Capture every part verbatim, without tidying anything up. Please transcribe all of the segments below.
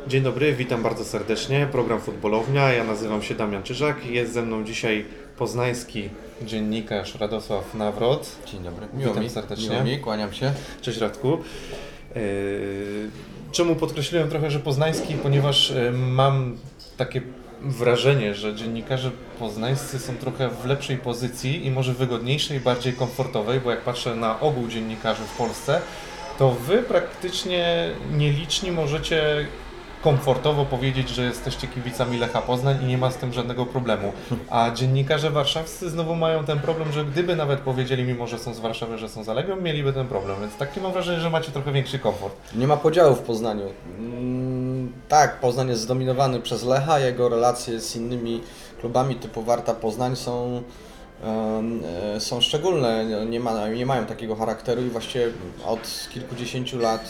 Dzień dobry, witam bardzo serdecznie. Program Futbolownia. Ja nazywam się Damian Czyżak. Jest ze mną dzisiaj poznański dziennikarz Radosław Nawrot. Dzień dobry. Miło Witam mi, serdecznie. Miło mi, kłaniam się. Cześć Radku. Yy, Czemu podkreśliłem trochę, że poznański? Ponieważ yy, mam takie wrażenie, że dziennikarze poznańscy są trochę w lepszej pozycji i może wygodniejszej, bardziej komfortowej, bo jak patrzę na ogół dziennikarzy w Polsce, to wy praktycznie nieliczni możecie komfortowo powiedzieć, że jesteście kibicami Lecha Poznań i nie ma z tym żadnego problemu. A dziennikarze warszawscy znowu mają ten problem, że gdyby nawet powiedzieli, mimo że są z Warszawy, że są za Legią, mieliby ten problem. Więc takie mam wrażenie, że macie trochę większy komfort. Nie ma podziału w Poznaniu. Mm, tak, Poznań jest zdominowany przez Lecha, jego relacje z innymi klubami typu Warta Poznań są, e, są szczególne, nie, ma, nie mają takiego charakteru i właściwie od kilkudziesięciu lat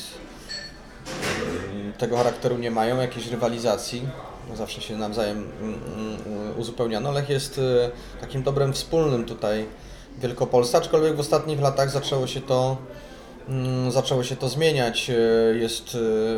tego charakteru nie mają, jakiejś rywalizacji. Zawsze się nawzajem uzupełniano. Lech jest takim dobrem wspólnym tutaj Wielkopolsce, aczkolwiek w ostatnich latach zaczęło się to, zaczęło się to zmieniać. Jest,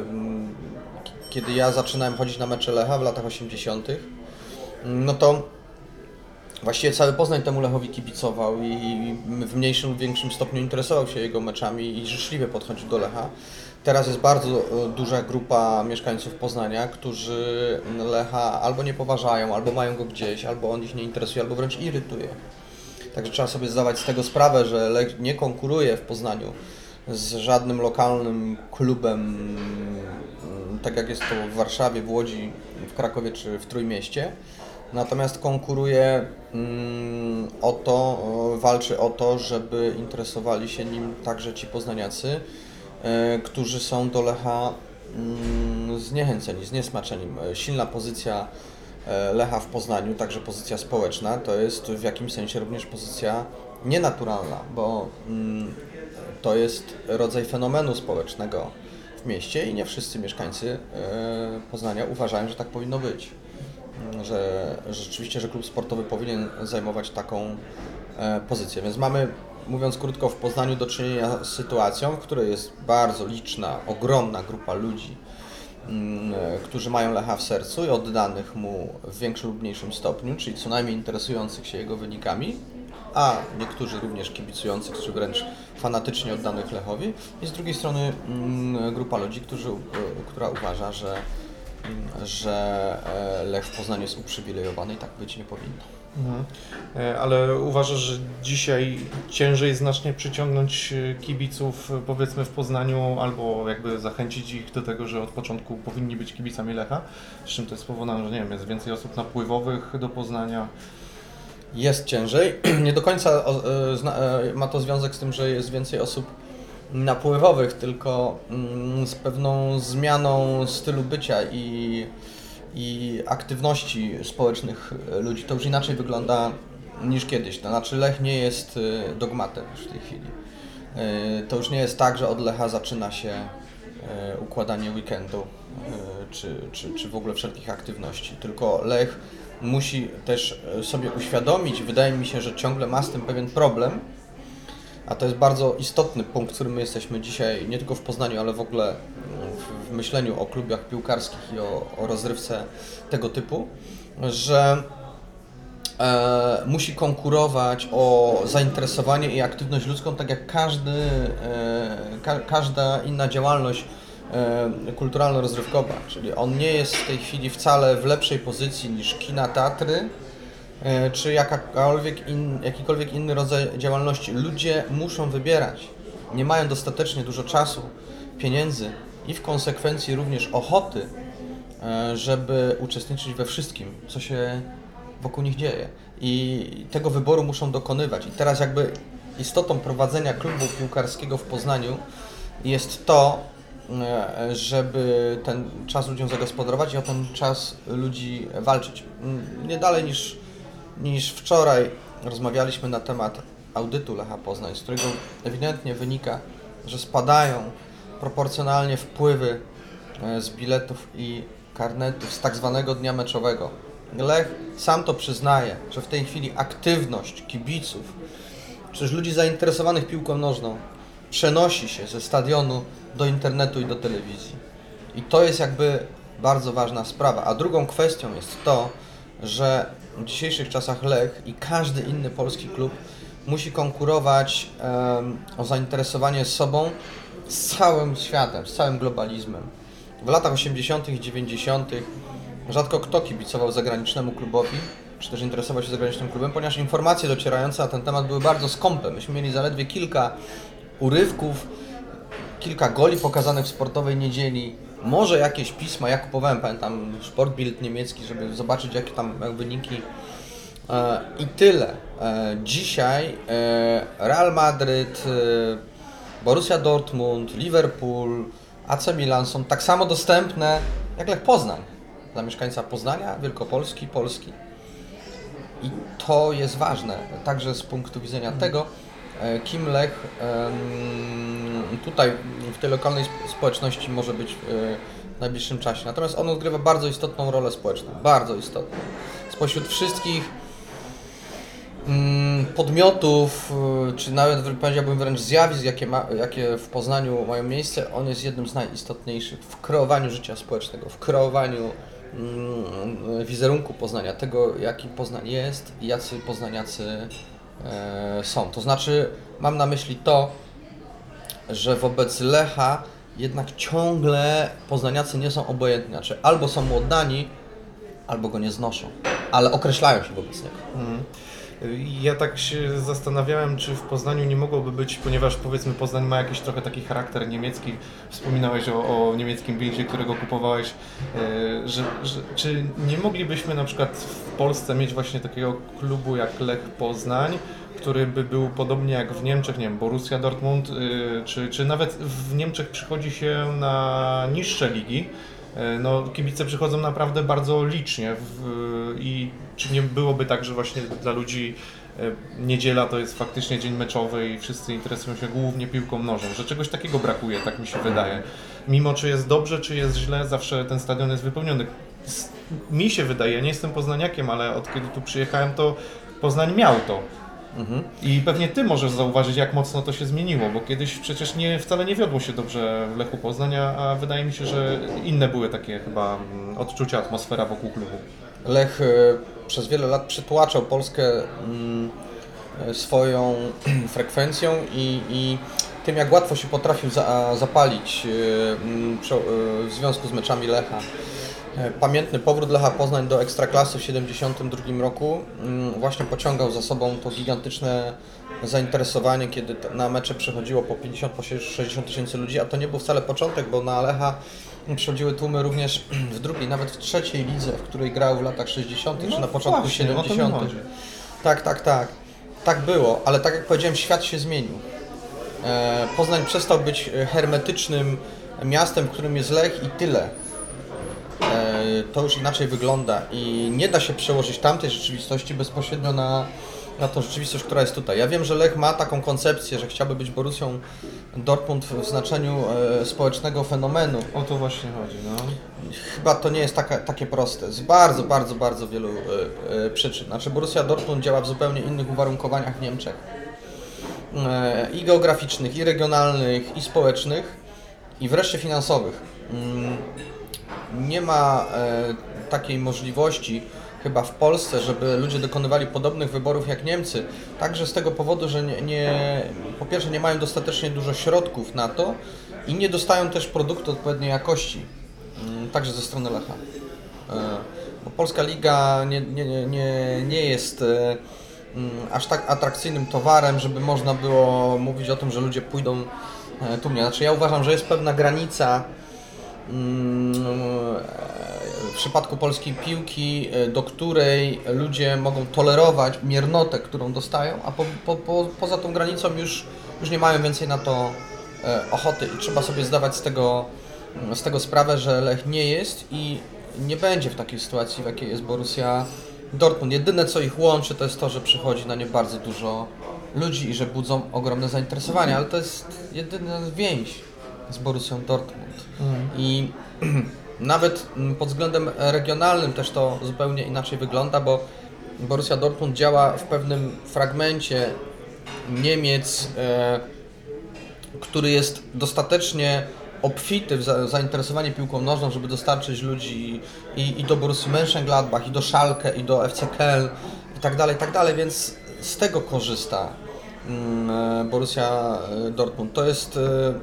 kiedy ja zaczynałem chodzić na mecze Lecha w latach osiemdziesiątych, no to właściwie cały Poznań temu Lechowi kibicował i w mniejszym lub większym stopniu interesował się jego meczami i życzliwie podchodził do Lecha. Teraz jest bardzo duża grupa mieszkańców Poznania, którzy Lecha albo nie poważają, albo mają go gdzieś, albo on ich nie interesuje, albo wręcz irytuje. Także trzeba sobie zdawać z tego sprawę, że Lech nie konkuruje w Poznaniu z żadnym lokalnym klubem, tak jak jest to w Warszawie, w Łodzi, w Krakowie czy w Trójmieście. Natomiast konkuruje mm, o to, walczy o to, żeby interesowali się nim także ci poznaniacy, y, którzy są do Lecha y, zniechęceni, zniesmaczeni. Silna pozycja Lecha w Poznaniu, także pozycja społeczna, to jest w jakimś sensie również pozycja nienaturalna, bo y, to jest rodzaj fenomenu społecznego w mieście i nie wszyscy mieszkańcy y, Poznania uważają, że tak powinno być. Że, że rzeczywiście, że klub sportowy powinien zajmować taką e, pozycję. Więc mamy, mówiąc krótko, w Poznaniu do czynienia z sytuacją, w której jest bardzo liczna, ogromna grupa ludzi, m, którzy mają Lecha w sercu i oddanych mu w większym lub mniejszym stopniu, czyli co najmniej interesujących się jego wynikami, a niektórzy również kibicujących, czy wręcz fanatycznie oddanych Lechowi. I z drugiej strony m, grupa ludzi, którzy, która uważa, że że Lech w Poznaniu jest uprzywilejowany i tak być nie powinno. Mhm. Ale uważasz, że dzisiaj ciężej znacznie przyciągnąć kibiców, powiedzmy, w Poznaniu, albo jakby zachęcić ich do tego, że od początku powinni być kibicami Lecha? Z czym to jest spowodowane, że nie wiem, jest więcej osób napływowych do Poznania? Jest ciężej. Nie do końca ma to związek z tym, że jest więcej osób napływowych, tylko z pewną zmianą stylu bycia i, i aktywności społecznych ludzi. To już inaczej wygląda niż kiedyś. To znaczy Lech nie jest dogmatem już w tej chwili. To już nie jest tak, że od Lecha zaczyna się układanie weekendu czy, czy, czy w ogóle wszelkich aktywności, tylko Lech musi też sobie uświadomić, wydaje mi się, że ciągle ma z tym pewien problem, a to jest bardzo istotny punkt, w którym my jesteśmy dzisiaj, nie tylko w Poznaniu, ale w ogóle w, w myśleniu o klubach piłkarskich i o, o rozrywce tego typu, że e, musi konkurować o zainteresowanie i aktywność ludzką, tak jak każdy, e, ka, każda inna działalność e, kulturalno-rozrywkowa. Czyli on nie jest w tej chwili wcale w lepszej pozycji niż kina, teatry, czy jakakolwiek in, jakikolwiek inny rodzaj działalności. Ludzie muszą wybierać. Nie mają dostatecznie dużo czasu, pieniędzy i w konsekwencji również ochoty, żeby uczestniczyć we wszystkim, co się wokół nich dzieje. I tego wyboru muszą dokonywać. I teraz jakby istotą prowadzenia klubu piłkarskiego w Poznaniu jest to, żeby ten czas ludziom zagospodarować i o ten czas ludzi walczyć. Nie dalej niż niż wczoraj rozmawialiśmy na temat audytu Lecha Poznań, z którego ewidentnie wynika, że spadają proporcjonalnie wpływy z biletów i karnetów z tak zwanego dnia meczowego. Lech sam to przyznaje, że w tej chwili aktywność kibiców, czy też ludzi zainteresowanych piłką nożną przenosi się ze stadionu do internetu i do telewizji. I to jest jakby bardzo ważna sprawa. A drugą kwestią jest to, że w dzisiejszych czasach Lech i każdy inny polski klub musi konkurować um, o zainteresowanie sobą z całym światem, z całym globalizmem. W latach osiemdziesiątych i dziewięćdziesiątych rzadko kto kibicował zagranicznemu klubowi, czy też interesował się zagranicznym klubem, ponieważ informacje docierające na ten temat były bardzo skąpe. Myśmy mieli zaledwie kilka urywków, kilka goli pokazanych w Sportowej Niedzieli, może jakieś pisma, ja kupowałem, pamiętam, Sportbild niemiecki, żeby zobaczyć jakie tam wyniki e, i tyle. E, dzisiaj e, Real Madryt, e, Borussia Dortmund, Liverpool, A C Milan są tak samo dostępne jak Lech Poznań dla mieszkańca Poznania, Wielkopolski, Polski. I to jest ważne, także z punktu widzenia tego, kim Lech tutaj w tej lokalnej społeczności może być w najbliższym czasie. Natomiast on odgrywa bardzo istotną rolę społeczną, bardzo istotną. Spośród wszystkich podmiotów, czy nawet powiedziałbym wręcz zjawisk, jakie, ma, jakie w Poznaniu mają miejsce, on jest jednym z najistotniejszych w kreowaniu życia społecznego, w kreowaniu wizerunku Poznania, tego jaki Poznań jest i jacy poznaniacy są. To znaczy, mam na myśli to, że wobec Lecha jednak ciągle poznaniacy nie są obojętni. Znaczy, albo są mu oddani, albo go nie znoszą, ale określają się wobec niego. Mhm. Ja tak się zastanawiałem, czy w Poznaniu nie mogłoby być, ponieważ powiedzmy Poznań ma jakiś trochę taki charakter niemiecki, wspominałeś o, o niemieckim bildzie, którego kupowałeś, że, że, czy nie moglibyśmy na przykład w Polsce mieć właśnie takiego klubu jak Lech Poznań, który by był podobnie jak w Niemczech, nie wiem, Borussia Dortmund, czy, czy nawet w Niemczech przychodzi się na niższe ligi. No, kibice przychodzą naprawdę bardzo licznie w, i czy nie byłoby tak, że właśnie dla ludzi niedziela to jest faktycznie dzień meczowy i wszyscy interesują się głównie piłką nożną, że czegoś takiego brakuje, tak mi się wydaje. Mimo czy jest dobrze, czy jest źle, zawsze ten stadion jest wypełniony. Mi się wydaje, ja nie jestem poznaniakiem, ale od kiedy tu przyjechałem, to Poznań miał to. Mhm. I pewnie Ty możesz zauważyć, jak mocno to się zmieniło, bo kiedyś przecież nie, wcale nie wiodło się dobrze w Lechu Poznań, a wydaje mi się, że inne były takie chyba odczucia, atmosfera wokół klubu. Lech przez wiele lat przytłaczał Polskę swoją frekwencją i, i tym, jak łatwo się potrafił za, zapalić w związku z meczami Lecha. Pamiętny powrót Lecha Poznań do Ekstraklasy w siedemdziesiątym drugim roku właśnie pociągał za sobą to gigantyczne zainteresowanie, kiedy na mecze przychodziło po pięćdziesiąt, po sześćdziesiąt tysięcy ludzi, a to nie był wcale początek, bo na Lecha przychodziły tłumy również w drugiej, nawet w trzeciej lidze, w której grał w latach sześćdziesiątych no czy na początku właśnie, siedemdziesiątych. Tak, tak, tak. Tak było, ale tak jak powiedziałem, świat się zmienił. Poznań przestał być hermetycznym miastem, w którym jest Lech i tyle. To już inaczej wygląda i nie da się przełożyć tamtej rzeczywistości bezpośrednio na, na tą rzeczywistość, która jest tutaj. Ja wiem, że Lech ma taką koncepcję, że chciałby być Borussią Dortmund w znaczeniu e, społecznego fenomenu. O to właśnie chodzi, no. Chyba to nie jest taka, takie proste, z bardzo, bardzo, bardzo wielu e, e, przyczyn. Znaczy Borussia Dortmund działa w zupełnie innych uwarunkowaniach w Niemczech. E, I geograficznych, i regionalnych, i społecznych, i wreszcie finansowych. Mm. Nie ma e, takiej możliwości chyba w Polsce, żeby ludzie dokonywali podobnych wyborów jak Niemcy. Także z tego powodu, że nie, nie, po pierwsze nie mają dostatecznie dużo środków na to i nie dostają też produktu odpowiedniej jakości, mm, także ze strony Lecha. E, bo Polska Liga nie, nie, nie, nie jest e, mm, aż tak atrakcyjnym towarem, żeby można było mówić o tym, że ludzie pójdą e, tu mnie. Znaczy ja uważam, że jest pewna granica w przypadku polskiej piłki, do której ludzie mogą tolerować miernotę, którą dostają, a po, po, po, poza tą granicą już, już nie mają więcej na to ochoty i trzeba sobie zdawać z tego, z tego sprawę, że Lech nie jest i nie będzie w takiej sytuacji, w jakiej jest Borussia Dortmund. Jedyne co ich łączy, to jest to, że przychodzi na nie bardzo dużo ludzi i że budzą ogromne zainteresowanie, ale to jest jedyna więź z Borussią Dortmund. Mhm. I nawet pod względem regionalnym też to zupełnie inaczej wygląda, bo Borussia Dortmund działa w pewnym fragmencie Niemiec, e, który jest dostatecznie obfity w za, zainteresowanie piłką nożną, żeby dostarczyć ludzi i, i do Borussii Mönchengladbach, i do Schalke, i do F C Köln i tak dalej, i tak dalej, więc z tego korzysta Borussia Dortmund. To jest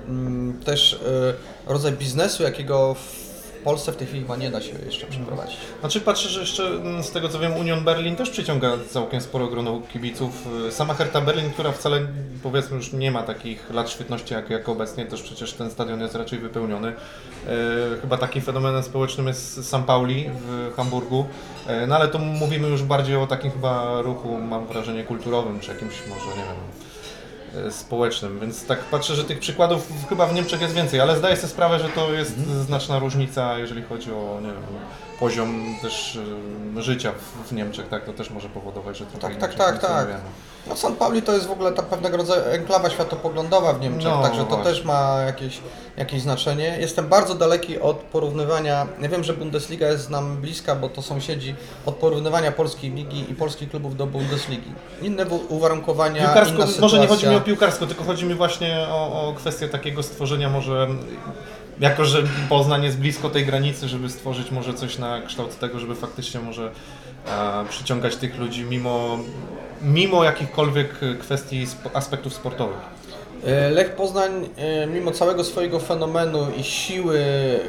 też rodzaj biznesu, jakiego w Polsce w tej chwili chyba nie da się jeszcze przeprowadzić. Znaczy patrzę, że jeszcze z tego co wiem, Union Berlin też przyciąga całkiem sporo grono kibiców. Sama Hertha Berlin, która wcale powiedzmy już nie ma takich lat świetności jak, jak obecnie, też przecież ten stadion jest raczej wypełniony. E, chyba takim fenomenem społecznym jest San Pauli w Hamburgu. E, no ale to mówimy już bardziej o takim chyba ruchu, mam wrażenie, kulturowym, czy jakimś może, nie wiem, społecznym, więc tak patrzę, że tych przykładów chyba w Niemczech jest więcej, ale zdaję sobie sprawę, że to jest mm. znaczna różnica, jeżeli chodzi o, nie wiem, poziom też y, życia w, w Niemczech, tak, to też może powodować, że trochę tak, tak, tak, tak. No San Pauli to jest w ogóle ta pewnego rodzaju enklawa światopoglądowa w Niemczech, no, także to właśnie. Też ma jakieś, jakieś znaczenie. Jestem bardzo daleki od porównywania, ja wiem, że Bundesliga jest nam bliska, bo to sąsiedzi, od porównywania polskiej ligi i polskich klubów do Bundesligi. Inne uwarunkowania, piłkarsko, inna sytuacja. Może nie chodzi mi o piłkarsko, tylko chodzi mi właśnie o, o kwestię takiego stworzenia może, jako że Poznań jest blisko tej granicy, żeby stworzyć może coś na kształt tego, żeby faktycznie może e, przyciągać tych ludzi mimo, mimo jakichkolwiek kwestii, aspektów sportowych. Lech Poznań, mimo całego swojego fenomenu i siły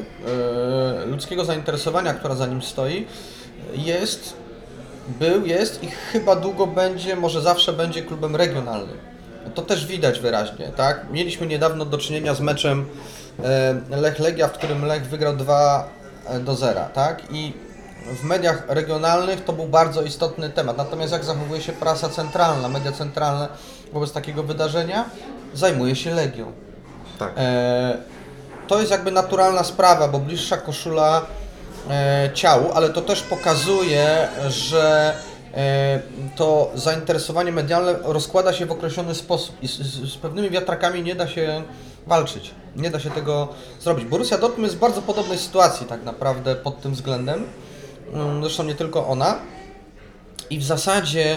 ludzkiego zainteresowania, która za nim stoi, jest, był, jest i chyba długo będzie, może zawsze będzie klubem regionalnym. To też widać wyraźnie, tak? Mieliśmy niedawno do czynienia z meczem Lech-Legia, w którym Lech wygrał dwa do zera, tak? I w mediach regionalnych to był bardzo istotny temat. Natomiast jak zachowuje się prasa centralna, media centralne wobec takiego wydarzenia? Zajmuje się Legią. Tak. E, to jest jakby naturalna sprawa, bo bliższa koszula e, ciału, ale to też pokazuje, że e, to zainteresowanie medialne rozkłada się w określony sposób i z, z, z pewnymi wiatrakami nie da się walczyć. Nie da się tego zrobić. Borussia Dortmund jest w bardzo podobnej sytuacji tak naprawdę pod tym względem. Zresztą nie tylko ona. I w zasadzie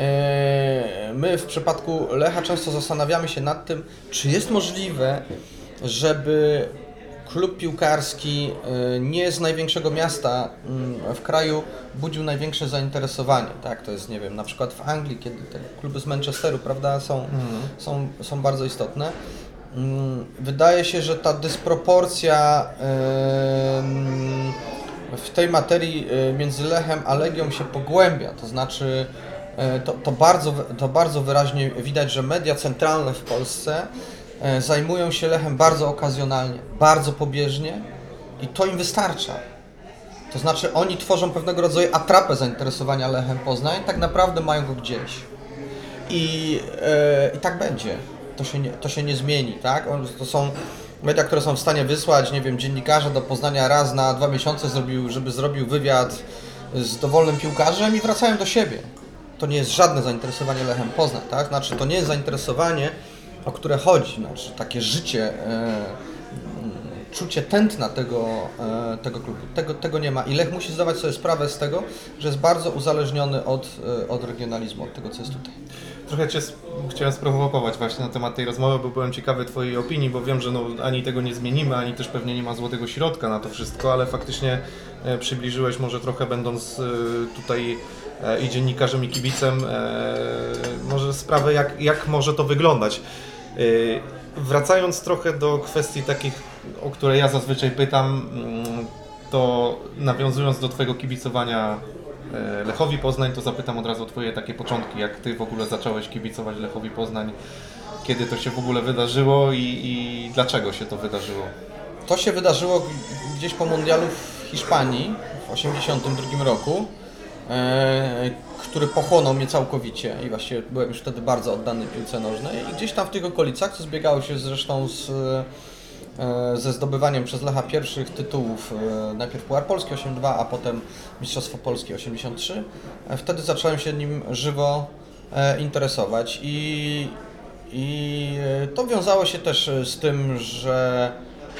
my w przypadku Lecha często zastanawiamy się nad tym, czy jest możliwe, żeby klub piłkarski nie z największego miasta w kraju budził największe zainteresowanie. Tak, to jest, nie wiem, na przykład w Anglii, kiedy te kluby z Manchesteru, prawda, są, mhm. są, są bardzo istotne. Wydaje się, że ta dysproporcja w tej materii między Lechem a Legią się pogłębia, to znaczy to, to, bardzo, to bardzo wyraźnie widać, że media centralne w Polsce zajmują się Lechem bardzo okazjonalnie, bardzo pobieżnie i to im wystarcza. To znaczy oni tworzą pewnego rodzaju atrapę zainteresowania Lechem Poznań, tak naprawdę mają go gdzieś. I, yy, i tak będzie. To się, nie, to się nie zmieni, tak? To są media, które są w stanie wysłać, nie wiem, dziennikarza do Poznania raz na dwa miesiące, zrobił, żeby zrobił wywiad z dowolnym piłkarzem i wracają do siebie. To nie jest żadne zainteresowanie Lechem Poznań, tak? Znaczy to nie jest zainteresowanie, o które chodzi, znaczy takie życie, e, czucie tętna tego, e, tego klubu. Tego, tego nie ma i Lech musi zdawać sobie sprawę z tego, że jest bardzo uzależniony od, e, od regionalizmu, od tego, co jest tutaj. Trochę Cię chciałem sprowokować właśnie na temat tej rozmowy, bo byłem ciekawy Twojej opinii, bo wiem, że no, ani tego nie zmienimy, ani też pewnie nie ma złotego środka na to wszystko, ale faktycznie e, przybliżyłeś może trochę, będąc e, tutaj e, i dziennikarzem, i kibicem, e, może sprawę, jak, jak może to wyglądać. E, wracając trochę do kwestii takich, o które ja zazwyczaj pytam, to nawiązując do Twojego kibicowania Lechowi Poznań, to zapytam od razu o Twoje takie początki, jak Ty w ogóle zacząłeś kibicować Lechowi Poznań, kiedy to się w ogóle wydarzyło i, i dlaczego się to wydarzyło? To się wydarzyło gdzieś po mundialu w Hiszpanii w osiemdziesiątym drugim roku, e, który pochłonął mnie całkowicie i właściwie byłem już wtedy bardzo oddany piłce nożnej i gdzieś tam w tych okolicach, co zbiegało się zresztą z ze zdobywaniem przez Lecha pierwszych tytułów, najpierw Puchar Polski osiemdziesiąt dwa, a potem Mistrzostwo Polskie osiemdziesiąt trzy. Wtedy zacząłem się nim żywo interesować i, i to wiązało się też z tym, że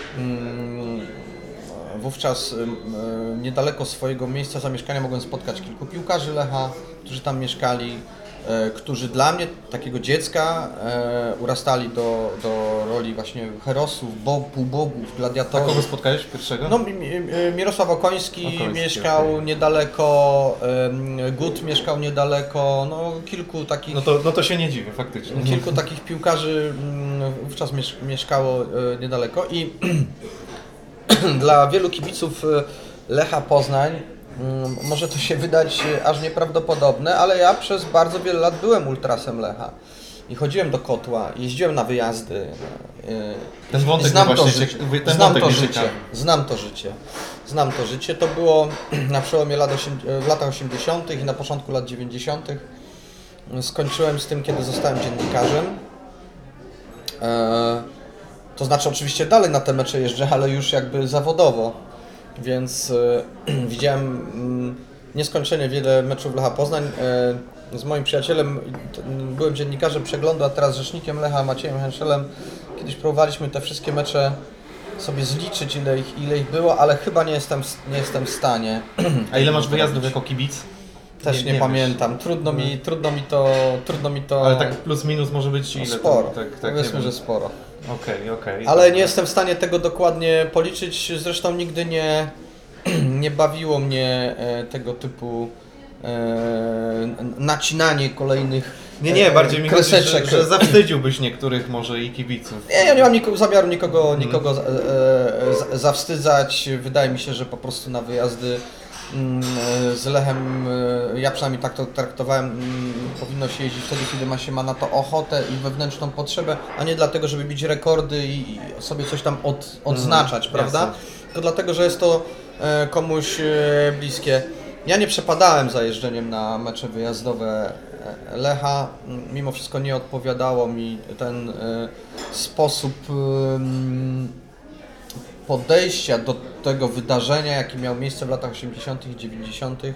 wówczas niedaleko swojego miejsca zamieszkania mogłem spotkać kilku piłkarzy Lecha, którzy tam mieszkali. e, którzy dla mnie, takiego dziecka, e, urastali do, do roli właśnie herosów, bo, półbogów, A gladiatorów. kogo spotkałeś pierwszego? No, Mi- Mi- Mirosław Okoński, Okoński, mieszkał okej. niedaleko, em, Gut mieszkał niedaleko, no kilku takich, No to, no to się nie dziwię, faktycznie. kilku takich piłkarzy mm, wówczas miesz, mieszkało e, niedaleko i dla wielu kibiców e, Lecha Poznań mm, może to się wydać e, aż nieprawdopodobne, ale ja przez bardzo wiele lat byłem ultrasem Lecha i chodziłem do Kotła, jeździłem na wyjazdy. e, Ten wątek znam mnie to, właśnie ży- cieka- ten znam wątek to mnie życie, ciekawi. znam to życie, znam to życie. To było na przełomie lat osiem, w latach osiemdziesiątych i na początku lat dziewięćdziesiątych. Skończyłem z tym, kiedy zostałem dziennikarzem. E, to znaczy oczywiście dalej na te mecze jeżdżę, ale już jakby zawodowo, więc e, widziałem mm, nieskończenie wiele meczów Lecha Poznań. E, z moim przyjacielem, t- byłem dziennikarzem Przeglądu, a teraz rzecznikiem Lecha, Maciejem Henszelem. Kiedyś próbowaliśmy te wszystkie mecze sobie zliczyć, ile ich, ile ich było, ale chyba nie jestem, w- nie jestem w stanie. A ile masz to wyjazdów robić. jako kibic? Też Nie- nie, nie pamiętam. Trudno mi, trudno mi to, trudno mi to. Ale tak plus minus może być ile? no, sporo. To, tak, tak, Powiedzmy, nie że wiem. sporo. Okej, okej. Ale nie jestem w stanie tego dokładnie policzyć. Zresztą nigdy nie, nie bawiło mnie e, tego typu e, nacinanie kolejnych Nie, nie, e, bardziej mi chodzi, że, kreseczek. że zawstydziłbyś niektórych może i kibiców. Nie, ja nie mam niko, zamiaru nikogo, Mhm. nikogo e, e, z- zawstydzać. Wydaje mi się, że po prostu na wyjazdy mm, e, z Lechem, e, ja przynajmniej tak to traktowałem, mm, powinno się jeździć wtedy, kiedy ma się ma na to ochotę i wewnętrzną potrzebę, a nie dlatego, żeby bić rekordy i i sobie coś tam od, odznaczać, Mhm, prawda? jasne. Tylko dlatego, że jest to e, komuś e, bliskie. Ja nie przepadałem za jeżdżeniem na mecze wyjazdowe e, Lecha. M, Mimo wszystko nie odpowiadało mi ten e, sposób em, podejścia do tego wydarzenia, jaki miał miejsce w latach osiemdziesiątych i dziewięćdziesiątych.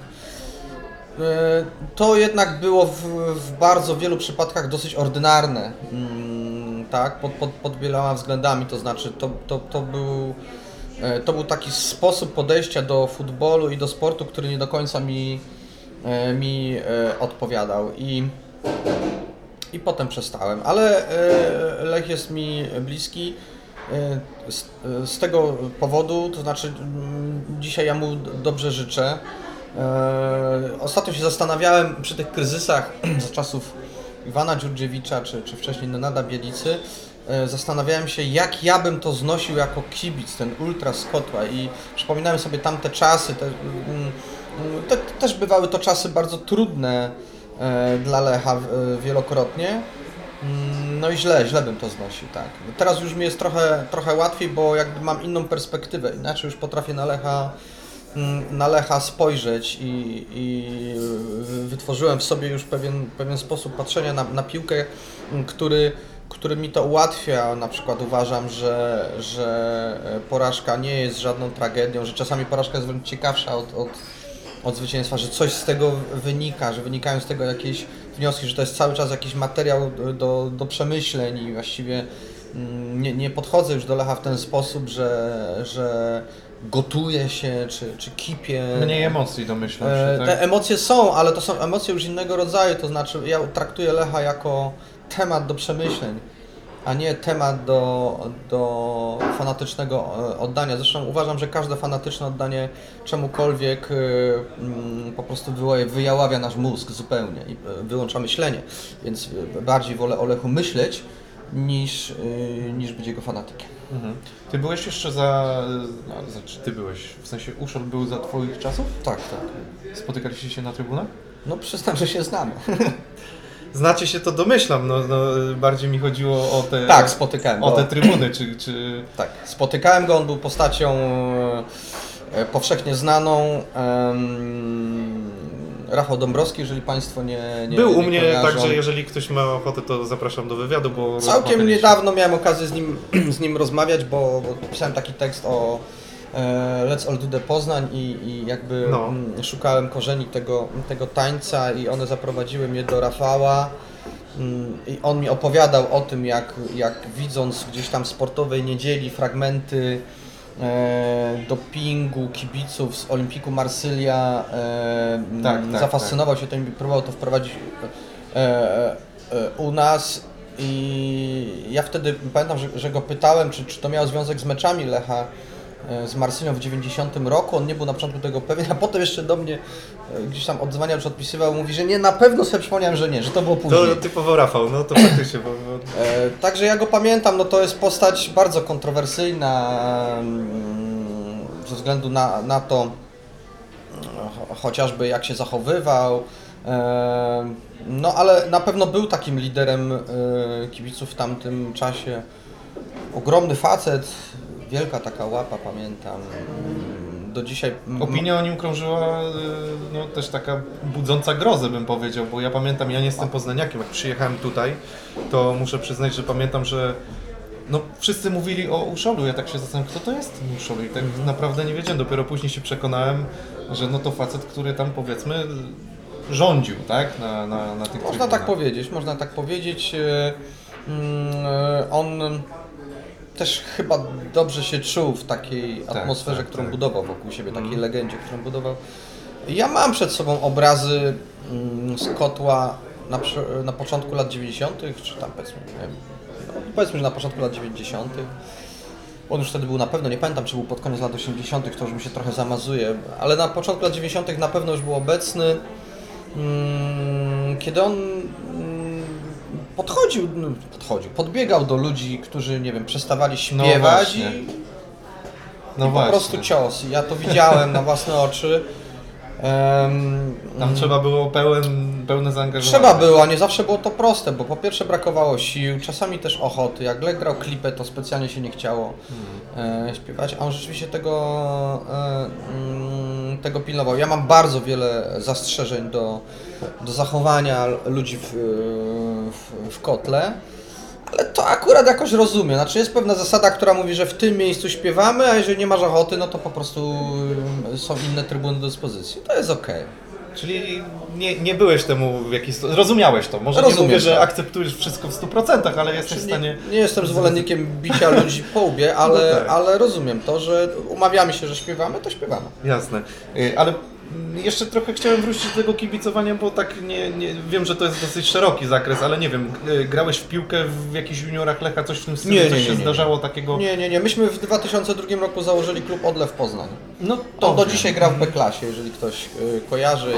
E, To jednak było w, w bardzo wielu przypadkach dosyć ordynarne, mm, tak, pod, pod, pod wieloma względami, to znaczy to, to, to, był, e, to był taki sposób podejścia do futbolu i do sportu, który nie do końca mi, e, mi e, odpowiadał i, i potem przestałem, ale e, Lech jest mi bliski. E, Z, z tego powodu, to znaczy mm, dzisiaj ja mu dobrze życzę. E, Ostatnio się zastanawiałem przy tych kryzysach za czasów Iwana Dziurdziewicza czy, czy wcześniej Nenada Bielicy, e, zastanawiałem się, jak ja bym to znosił jako kibic, ten ultra z Kotła, i przypominałem sobie tamte czasy. Te, mm, mm, te, też bywały to czasy bardzo trudne e, dla Lecha e, wielokrotnie. Mm, No i źle, źle bym to znosił, tak. Teraz już mi jest trochę, trochę łatwiej, bo jakby mam inną perspektywę, inaczej już potrafię na Lecha, mm, na Lecha spojrzeć i, i wytworzyłem w sobie już pewien, pewien sposób patrzenia na, na piłkę, mm, który, który mi to ułatwia. Na przykład uważam, że, że porażka nie jest żadną tragedią, że czasami porażka jest wręcz ciekawsza od, od, od zwycięstwa, że coś z tego wynika, że wynikają z tego jakieś wnioski, że to jest cały czas jakiś materiał do, do, do przemyśleń i właściwie mm, nie, nie podchodzę już do Lecha w ten sposób, że, że gotuję się czy, czy kipię. Mniej emocji domyślam E, się, tak? Te emocje są, ale to są emocje już innego rodzaju, to znaczy ja traktuję Lecha jako temat do przemyśleń, a nie temat do, do fanatycznego e, oddania. Zresztą uważam, że każde fanatyczne oddanie czemukolwiek e, mm, po prostu wyła- wyjaławia nasz mózg zupełnie i e, wyłącza myślenie, więc e, bardziej wolę o Lechu myśleć niż, e, niż być jego fanatykiem. Mhm. Ty byłeś jeszcze za... No, znaczy ty byłeś, w sensie Uszol był za twoich czasów? Tak, tak. Spotykaliście się na trybunach? No przyznam, że się znamy. Znacie się, to domyślam, no, no bardziej mi chodziło o te... Tak, spotykałem O go. te trybuny, czy... czy... Tak, spotykałem go, on był postacią e, powszechnie znaną. Em, Rafał Dąbrowski, jeżeli Państwo nie, nie Był nie u mnie, kojarzą. także jeżeli ktoś ma ochotę, to zapraszam do wywiadu, bo... Całkiem rozmawialiśmy. niedawno miałem okazję z nim, z nim rozmawiać, bo, bo pisałem taki tekst o e, Let's All Do The Poznań i, i jakby No. mm, szukałem korzeni tego, tego tańca i one zaprowadziły mnie do Rafała. Mm, I on mi opowiadał o tym, jak, jak widząc gdzieś tam w sportowej niedzieli fragmenty e, dopingu kibiców z Olimpiku Marsylia, e, Tak, tak, zafascynował się tym i próbował to wprowadzić e, e, u nas i ja wtedy pamiętam, że, że go pytałem, czy, czy to miało związek z meczami Lecha z Marsylią w dziewięćdziesiątym roku, on nie był na początku tego pewien, a potem jeszcze do mnie gdzieś tam odzwania już odpisywał, mówi, że nie, na pewno sobie przypomniałem, że nie, że to było później. To typowo Rafał, no to faktycznie. Bo, bo... E, także ja go pamiętam, no to jest postać bardzo kontrowersyjna mm, ze względu na, na to, cho, chociażby jak się zachowywał, e, no ale na pewno był takim liderem e, kibiców w tamtym czasie. Ogromny facet, wielka taka łapa, pamiętam. Do dzisiaj... Opinia o nim krążyła no, też taka budząca grozę, bym powiedział, bo ja pamiętam, ja nie jestem poznaniakiem, jak przyjechałem tutaj, to muszę przyznać, że pamiętam, że no, wszyscy mówili o Uszolu, ja tak się zastanawiam, kto to jest ten Uszol i tak mm-hmm. naprawdę nie wiedziałem, dopiero później się przekonałem, że no to facet, który tam powiedzmy rządził, tak, na, na, na tych Można trybunach. tak powiedzieć, można tak powiedzieć. On też chyba dobrze się czuł w takiej tak, atmosferze, tak, którą tak. budował wokół siebie, takiej mm. legendzie, którą budował. Ja mam przed sobą obrazy z Kotła na, na początku lat dziewięćdziesiątych, czy tam powiedzmy, nie wiem, no, powiedzmy, że na początku lat dziewięćdziesiątych. On już wtedy był na pewno, nie pamiętam, czy był pod koniec lat osiemdziesiątych, to już mi się trochę zamazuje, ale na początku lat dziewięćdziesiątych na pewno już był obecny. Kiedy on podchodził, podchodził, podbiegał do ludzi, którzy, nie wiem, przestawali śpiewać no i, no i po prostu cios. Ja to widziałem na własne oczy. Um, Tam trzeba było pełen, pełne zaangażowanie. Trzeba było, a nie zawsze było to proste, bo po pierwsze brakowało sił, czasami też ochoty. Jak Lech grał klipę, to specjalnie się nie chciało hmm. e, śpiewać, a on rzeczywiście tego, e, mm, tego pilnował. Ja mam bardzo wiele zastrzeżeń do, do zachowania ludzi w, w, w Kotle. Ale to akurat jakoś rozumiem. Znaczy jest pewna zasada, która mówi, że w tym miejscu śpiewamy, a jeżeli nie masz ochoty, no to po prostu są inne trybuny do dyspozycji. To jest okej. Okay. Czyli nie, nie byłeś temu w jakiś sposób... Rozumiałeś to. Może Rozumiem nie mówię, że akceptujesz wszystko w stu procentach, ale jesteś w stanie... Nie, nie jestem zwolennikiem bicia ludzi po łbie, ale, no tak. ale rozumiem to, że umawiamy się, że śpiewamy, to śpiewamy. Jasne. Ale jeszcze trochę chciałem wrócić do tego kibicowania, bo tak nie, nie wiem, że to jest dosyć szeroki zakres, ale nie wiem, grałeś w piłkę w jakichś juniorach Lecha, coś w tym stylu, nie, nie, coś nie, się nie. zdarzało takiego? Nie, nie, nie. Myśmy w dwa tysiące drugim roku założyli klub Odlew Poznań. No to do dzisiaj gra w B-klasie, jeżeli ktoś y, kojarzy.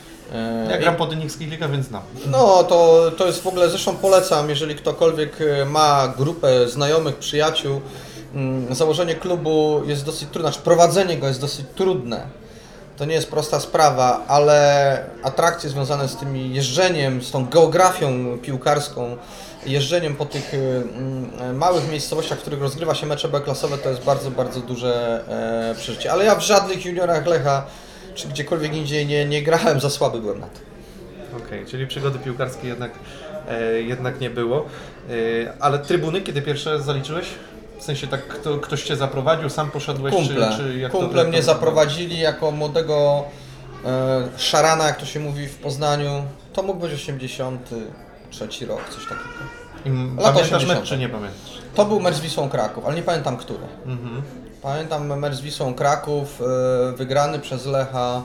Ja gram po Dynikskiej Liga, więc znam. No to, to jest w ogóle, zresztą polecam, jeżeli ktokolwiek ma grupę znajomych, przyjaciół, y, założenie klubu jest dosyć trudne, znaczy prowadzenie go jest dosyć trudne. To nie jest prosta sprawa, ale atrakcje związane z tym jeżdżeniem, z tą geografią piłkarską, jeżdżeniem po tych y, małych miejscowościach, w których rozgrywa się mecze B-klasowe, to jest bardzo, bardzo duże e, przeżycie. Ale ja w żadnych juniorach Lecha, czy gdziekolwiek indziej nie, nie grałem, za słaby byłem na to. Okej, okay, czyli przygody piłkarskie jednak, e, jednak nie było. E, ale trybuny, kiedy pierwsze zaliczyłeś? W sensie tak kto, ktoś Cię zaprowadził, sam poszedłeś? Kumple, czy, czy jak Kumple to, mnie to... zaprowadzili jako młodego e, szarana, jak to się mówi w Poznaniu. To mógł być osiemdziesiąty trzeci rok, coś takiego. I pamiętasz mecz, czy nie pamiętasz? To był mecz z Wisłą Kraków, ale nie pamiętam który. Mhm. Pamiętam mecz z Wisłą Kraków, e, wygrany przez Lecha.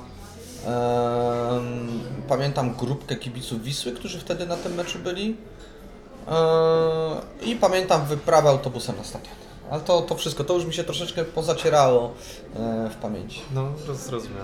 E, pamiętam grupkę kibiców Wisły, którzy wtedy na tym meczu byli. E, I pamiętam wyprawę autobusem na stadion. Ale to, to wszystko, to już mi się troszeczkę pozacierało e, w pamięci. No, zrozumiałem.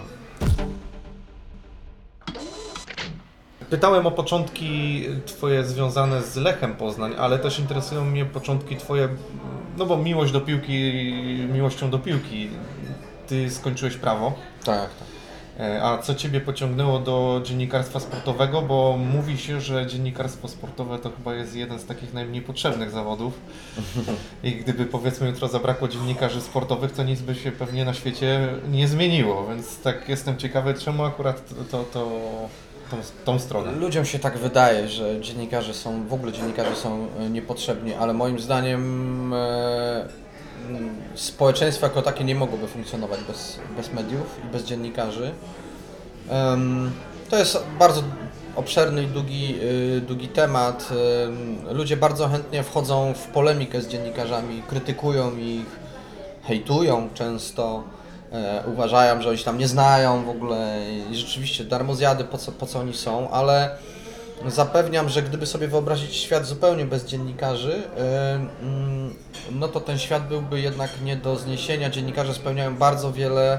Pytałem o początki Twoje związane z Lechem Poznań, ale też interesują mnie początki Twoje, no bo miłość do piłki, miłością do piłki. Ty skończyłeś prawo. Tak, tak. A co Ciebie pociągnęło do dziennikarstwa sportowego? Bo mówi się, że dziennikarstwo sportowe to chyba jest jeden z takich najmniej potrzebnych zawodów. I gdyby powiedzmy jutro zabrakło dziennikarzy sportowych, to nic by się pewnie na świecie nie zmieniło. Więc tak jestem ciekawy, czemu akurat to, to, to tą, tą stronę. Ludziom się tak wydaje, że dziennikarze są, w ogóle dziennikarze są niepotrzebni, ale moim zdaniem e, społeczeństwo jako takie nie mogłoby funkcjonować bez, bez mediów i bez dziennikarzy. Um, to jest bardzo obszerny i długi, długi temat. Ludzie bardzo chętnie wchodzą w polemikę z dziennikarzami, krytykują ich, hejtują często, uważają, że oni się tam nie znają w ogóle i rzeczywiście darmozjady, po co, po co oni są, ale zapewniam, że gdyby sobie wyobrazić świat zupełnie bez dziennikarzy, no to ten świat byłby jednak nie do zniesienia. Dziennikarze spełniają bardzo wiele,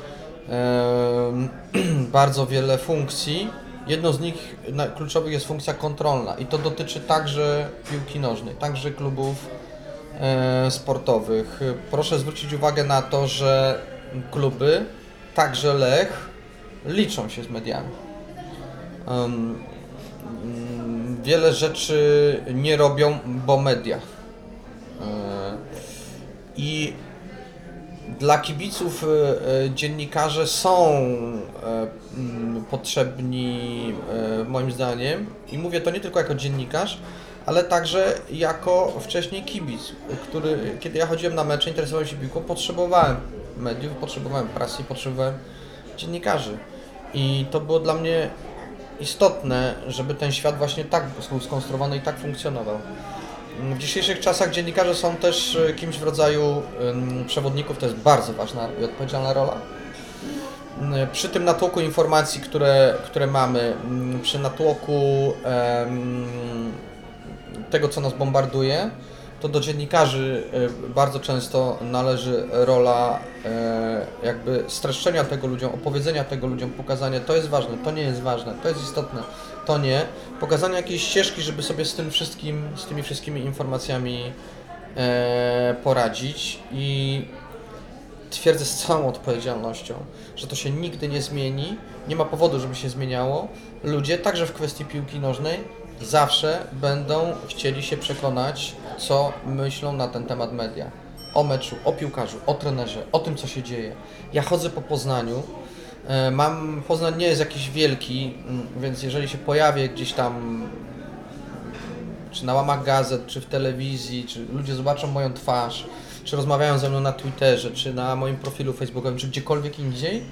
bardzo wiele funkcji. Jedną z nich kluczowych jest funkcja kontrolna i to dotyczy także piłki nożnej, także klubów sportowych. Proszę zwrócić uwagę na to, że kluby, także Lech, liczą się z mediami. Wiele rzeczy nie robią, bo media. I dla kibiców dziennikarze są potrzebni moim zdaniem i mówię to nie tylko jako dziennikarz, ale także jako wcześniej kibic, który, kiedy ja chodziłem na mecze, interesowałem się piłką, potrzebowałem mediów, potrzebowałem prasy i potrzebowałem dziennikarzy. I to było dla mnie istotne, żeby ten świat właśnie tak był skonstruowany i tak funkcjonował. W dzisiejszych czasach dziennikarze są też kimś w rodzaju przewodników, to jest bardzo ważna i odpowiedzialna rola. Przy tym natłoku informacji, które, które mamy, przy natłoku tego, co nas bombarduje, to do dziennikarzy bardzo często należy rola jakby streszczenia tego ludziom, opowiedzenia tego ludziom, pokazania, to jest ważne, to nie jest ważne, to jest istotne, to nie. Pokazania jakiejś ścieżki, żeby sobie z tym wszystkim, z tymi wszystkimi informacjami poradzić i twierdzę z całą odpowiedzialnością, że to się nigdy nie zmieni, nie ma powodu, żeby się zmieniało. Ludzie, także w kwestii piłki nożnej, zawsze będą chcieli się przekonać, co myślą na ten temat media. O meczu, o piłkarzu, o trenerze, o tym, co się dzieje. Ja chodzę po Poznaniu, mam, Poznań nie jest jakiś wielki, więc jeżeli się pojawię gdzieś tam, czy na łamach gazet, czy w telewizji, czy ludzie zobaczą moją twarz, czy rozmawiają ze mną na Twitterze, czy na moim profilu facebookowym, czy gdziekolwiek indziej,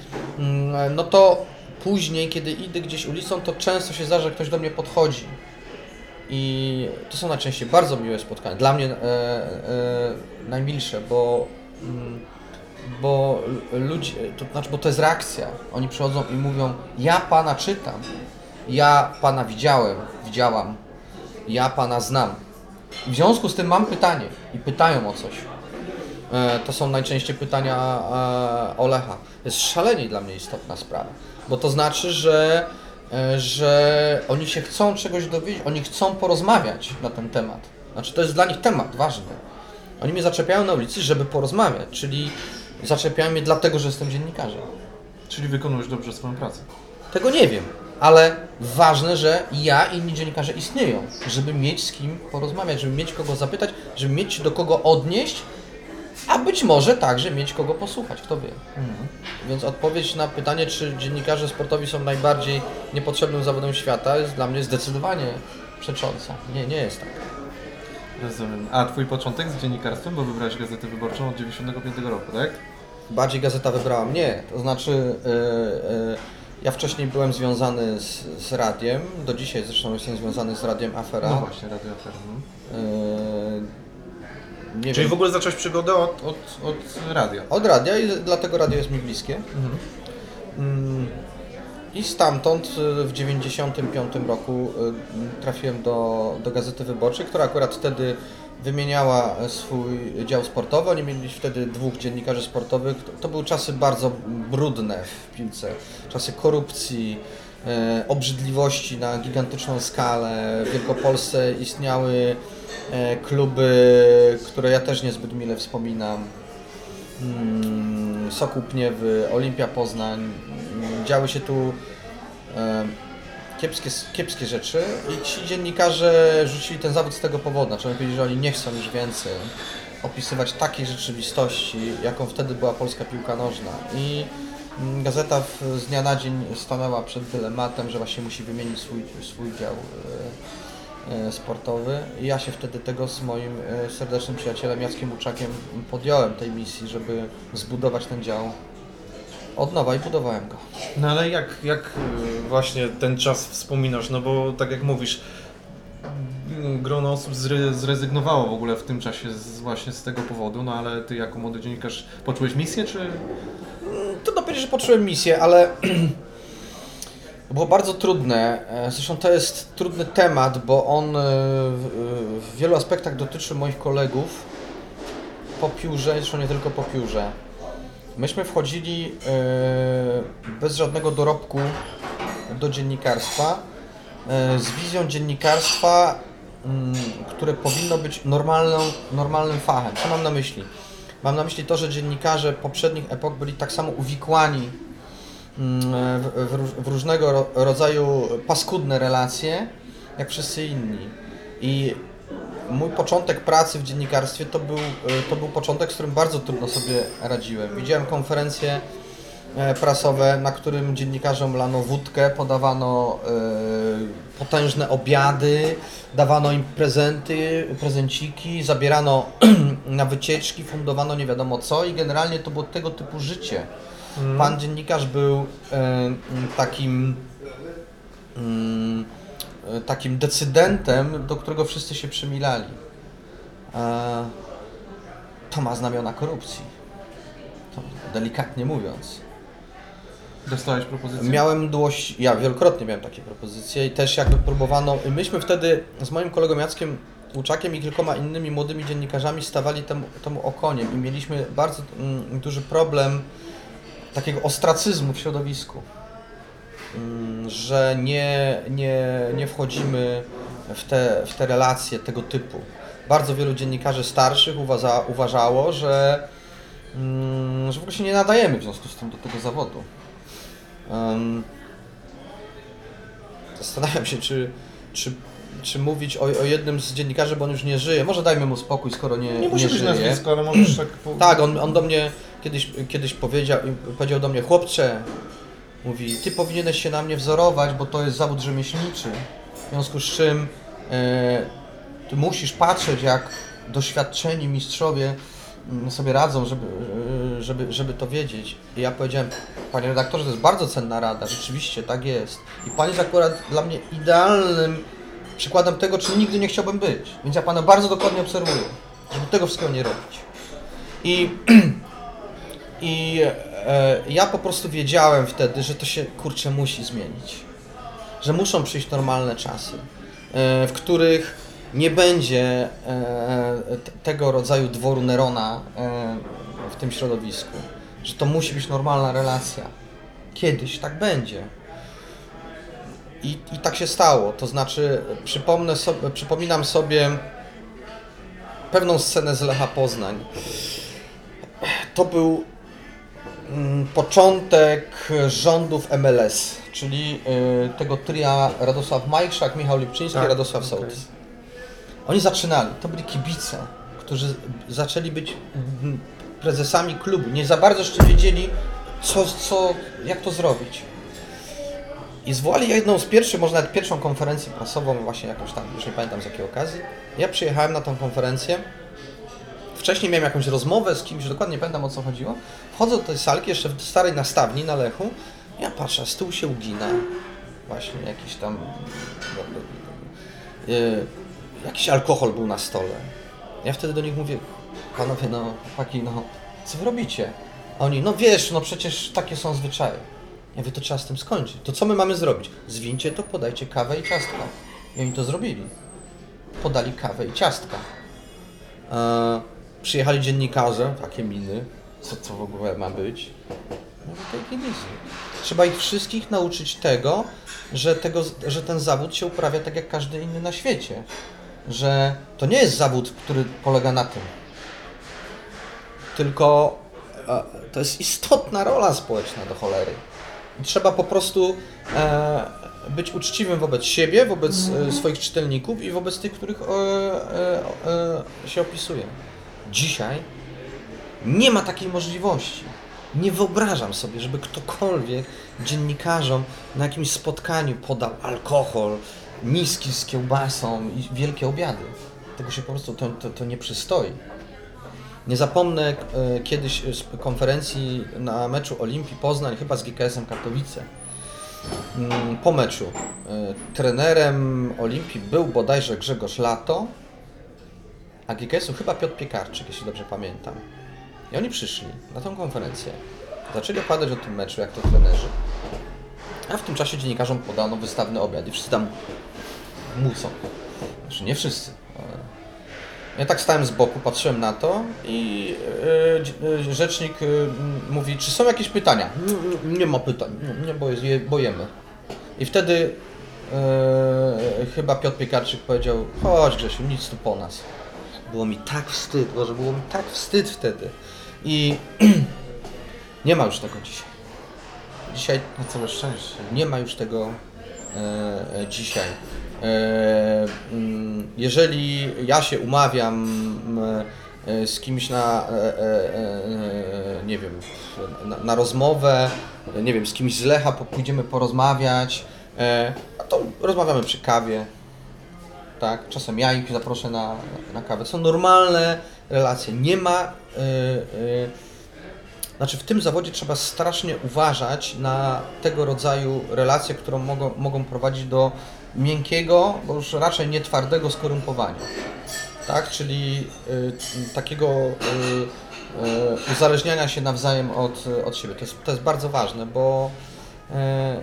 no to później, kiedy idę gdzieś ulicą, to często się zdarza, że ktoś do mnie podchodzi. I to są najczęściej bardzo miłe spotkania. Dla mnie e, e, najmilsze, bo, bo ludzie, to znaczy, bo to jest reakcja. Oni przychodzą i mówią, ja Pana czytam, ja Pana widziałem, widziałam, ja Pana znam. W związku z tym mam pytanie i pytają o coś. E, to są najczęściej pytania e, o Lecha. To jest szalenie dla mnie istotna sprawa, bo to znaczy, że że oni się chcą czegoś dowiedzieć, oni chcą porozmawiać na ten temat. Znaczy to jest dla nich temat ważny. Oni mnie zaczepiają na ulicy, żeby porozmawiać, czyli zaczepiają mnie dlatego, że jestem dziennikarzem. Czyli wykonujesz dobrze swoją pracę. Tego nie wiem, ale ważne, że ja i inni dziennikarze istnieją, żeby mieć z kim porozmawiać, żeby mieć kogo zapytać, żeby mieć do kogo odnieść, a być może także mieć kogo posłuchać, kto wie. Mhm. Więc odpowiedź na pytanie, czy dziennikarze sportowi są najbardziej niepotrzebnym zawodem świata, jest dla mnie zdecydowanie przecząca. Nie, nie jest tak. Rozumiem. A twój początek z dziennikarstwem, bo wybrałeś Gazetę Wyborczą od dziewięćdziesiątego piątego roku, tak? Bardziej Gazeta wybrała mnie, to znaczy yy, yy, ja wcześniej byłem związany z, z radiem, do dzisiaj zresztą jestem związany z radiem Afera. No właśnie, Radio Afera. Yy, Nie Czyli wiem. w ogóle zacząłeś przygodę od, od, od radia? Od radia i dlatego radio jest mi bliskie. Mhm. I stamtąd w dziewięćdziesiątym piątym roku trafiłem do, do Gazety Wyborczej, która akurat wtedy wymieniała swój dział sportowy. Oni mieli wtedy dwóch dziennikarzy sportowych. To były czasy bardzo brudne w piłce. Czasy korupcji, e, obrzydliwości na gigantyczną skalę. W Wielkopolsce istniały e, kluby, które ja też niezbyt mile wspominam. Hmm, Sokół Pniewy, Olimpia Poznań. Działy się tu e, kiepskie, kiepskie rzeczy i ci dziennikarze rzucili ten zawód z tego powodu. Znaczy oni powiedzieli, że oni nie chcą już więcej opisywać takiej rzeczywistości, jaką wtedy była polska piłka nożna. I gazeta w, z dnia na dzień stanęła przed dylematem, że właśnie musi wymienić swój, swój dział e, e, sportowy. I ja się wtedy tego z moim e, serdecznym przyjacielem Jackiem Łuczakiem podjąłem tej misji, żeby zbudować ten dział od nowa i budowałem go. No ale jak, jak właśnie ten czas wspominasz, no bo tak jak mówisz, grono osób zre, zrezygnowało w ogóle w tym czasie z, właśnie z tego powodu, no ale ty jako młody dziennikarz poczułeś misję, czy? To dopiero, że poczułem misję, ale było bardzo trudne. Zresztą to jest trudny temat, bo on w wielu aspektach dotyczy moich kolegów po piórze, zresztą nie tylko po piórze. Myśmy wchodzili bez żadnego dorobku do dziennikarstwa, z wizją dziennikarstwa, które powinno być normalną, normalnym fachem. Co mam na myśli? Mam na myśli to, że dziennikarze poprzednich epok byli tak samo uwikłani w, w, w różnego rodzaju paskudne relacje, jak wszyscy inni. I mój początek pracy w dziennikarstwie to był, to był początek, z którym bardzo trudno sobie radziłem. Widziałem konferencje prasowe, na którym dziennikarzom lano wódkę, podawano y, potężne obiady, dawano im prezenty, prezenciki, zabierano na wycieczki, fundowano nie wiadomo co i generalnie to było tego typu życie. Mm. Pan dziennikarz był y, takim y, takim decydentem, do którego wszyscy się przymilali. E, to ma znamiona korupcji, to delikatnie mówiąc. Dostałeś propozycję? Miałem dłość, ja wielokrotnie miałem takie propozycje i też jakby próbowano, myśmy wtedy z moim kolegą Jackiem Łuczakiem i kilkoma innymi młodymi dziennikarzami stawali temu, temu okoniem i mieliśmy bardzo mm, duży problem takiego ostracyzmu w środowisku, mm, że nie, nie, nie wchodzimy w te, w te relacje tego typu. Bardzo wielu dziennikarzy starszych uważa, uważało, że, mm, że w ogóle się nie nadajemy w związku z tym do tego zawodu. Um, zastanawiam się, czy, czy, czy mówić o, o jednym z dziennikarzy, bo on już nie żyje. Może dajmy mu spokój, skoro nie, nie, nie musi być żyje. nazwisko, ale możesz tak... Po... Tak, on, on do mnie kiedyś, kiedyś powiedział, powiedział do mnie: chłopcze, mówi, ty powinieneś się na mnie wzorować, bo to jest zawód rzemieślniczy. W związku z czym e, ty musisz patrzeć, jak doświadczeni mistrzowie sobie radzą, żeby, żeby, żeby to wiedzieć. I ja powiedziałem: panie redaktorze, to jest bardzo cenna rada, rzeczywiście tak jest. I pan jest akurat dla mnie idealnym przykładem tego, czym nigdy nie chciałbym być. Więc ja pana bardzo dokładnie obserwuję, żeby tego wszystkiego nie robić. I, i e, ja po prostu wiedziałem wtedy, że to się, kurczę, musi zmienić. Że muszą przyjść normalne czasy, e, w których nie będzie e, tego rodzaju dworu Nerona e, w tym środowisku. Że to musi być normalna relacja. Kiedyś tak będzie. I, i tak się stało. To znaczy, przypomnę sobie, przypominam sobie pewną scenę z Lecha Poznań. To był mm, początek rządów M L S, czyli y, tego tria Radosław Majchrzak, Michał Lipczyński, tak, Radosław Sołtys. Okay. Oni zaczynali, to byli kibice, którzy zaczęli być prezesami klubu. Nie za bardzo jeszcze wiedzieli, co, co, jak to zrobić. I zwołali jedną z pierwszych, może nawet pierwszą konferencję prasową, właśnie jakąś tam, już nie pamiętam z jakiej okazji. Ja przyjechałem na tą konferencję. Wcześniej miałem jakąś rozmowę z kimś, dokładnie nie pamiętam, o co chodziło. Wchodzę do tej salki, jeszcze w starej nastawni na Lechu. Ja patrzę, stół się ugina. Właśnie jakiś tam... Yy, jakiś alkohol był na stole. Ja wtedy do nich mówię: panowie, no, chłopaki, no, co wy robicie? A oni: no wiesz, no przecież takie są zwyczaje. Ja mówię: to trzeba z tym skończyć. To co my mamy zrobić? Zwincie to, podajcie kawę i ciastka. I oni to zrobili. Podali kawę i ciastka. Eee, przyjechali dziennikarze, takie miny, co to w ogóle ma być? No takiej wizji. Trzeba ich wszystkich nauczyć tego, że, tego, że ten zawód się uprawia tak jak każdy inny na świecie. Że to nie jest zawód, który polega na tym. Tylko e, to jest istotna rola społeczna do cholery. I trzeba po prostu e, być uczciwym wobec siebie, wobec e, swoich czytelników i wobec tych, których e, e, e, się opisuje. Dzisiaj nie ma takiej możliwości. Nie wyobrażam sobie, żeby ktokolwiek dziennikarzom na jakimś spotkaniu podał alkohol, miski z kiełbasą i wielkie obiady. Tego się po prostu, to, to, to nie przystoi. Nie zapomnę e, kiedyś z konferencji na meczu Olimpii Poznań, chyba z G K S-em Katowice. Mm, po meczu e, trenerem Olimpii był bodajże Grzegorz Lato, a G K S-u chyba Piotr Piekarczyk, jeśli dobrze pamiętam. I oni przyszli na tę konferencję. Zaczęli opowiadać o tym meczu, jak to trenerzy. A w tym czasie dziennikarzom podano wystawny obiad i wszyscy tam mucą. Znaczy nie wszyscy. Ale... Ja tak stałem z boku, patrzyłem na to i yy, rzecznik yy, mówi, czy są jakieś pytania? Nie, nie ma pytań, nie, nie boję, je bojemy. I wtedy yy, chyba Piotr Piekarczyk powiedział, chodź Grzesiu, nic tu po nas. Było mi tak wstyd, Boże, było mi tak wstyd wtedy. I nie ma już tego dzisiaj. Dzisiaj Na całe szczęście. nie ma już tego e, dzisiaj. E, jeżeli ja się umawiam e, z kimś na, e, e, nie wiem, na, na rozmowę, nie wiem, z kimś z Lecha pójdziemy porozmawiać, e, a to rozmawiamy przy kawie, tak? Czasem ja ich zaproszę na, na kawę. Są normalne relacje. Nie ma... E, e, Znaczy w tym zawodzie trzeba strasznie uważać na tego rodzaju relacje, które mogą, mogą prowadzić do miękkiego, bo już raczej nie twardego skorumpowania. Tak? Czyli y, takiego y, y, uzależniania się nawzajem od, od siebie. To jest, to jest bardzo ważne, bo, y,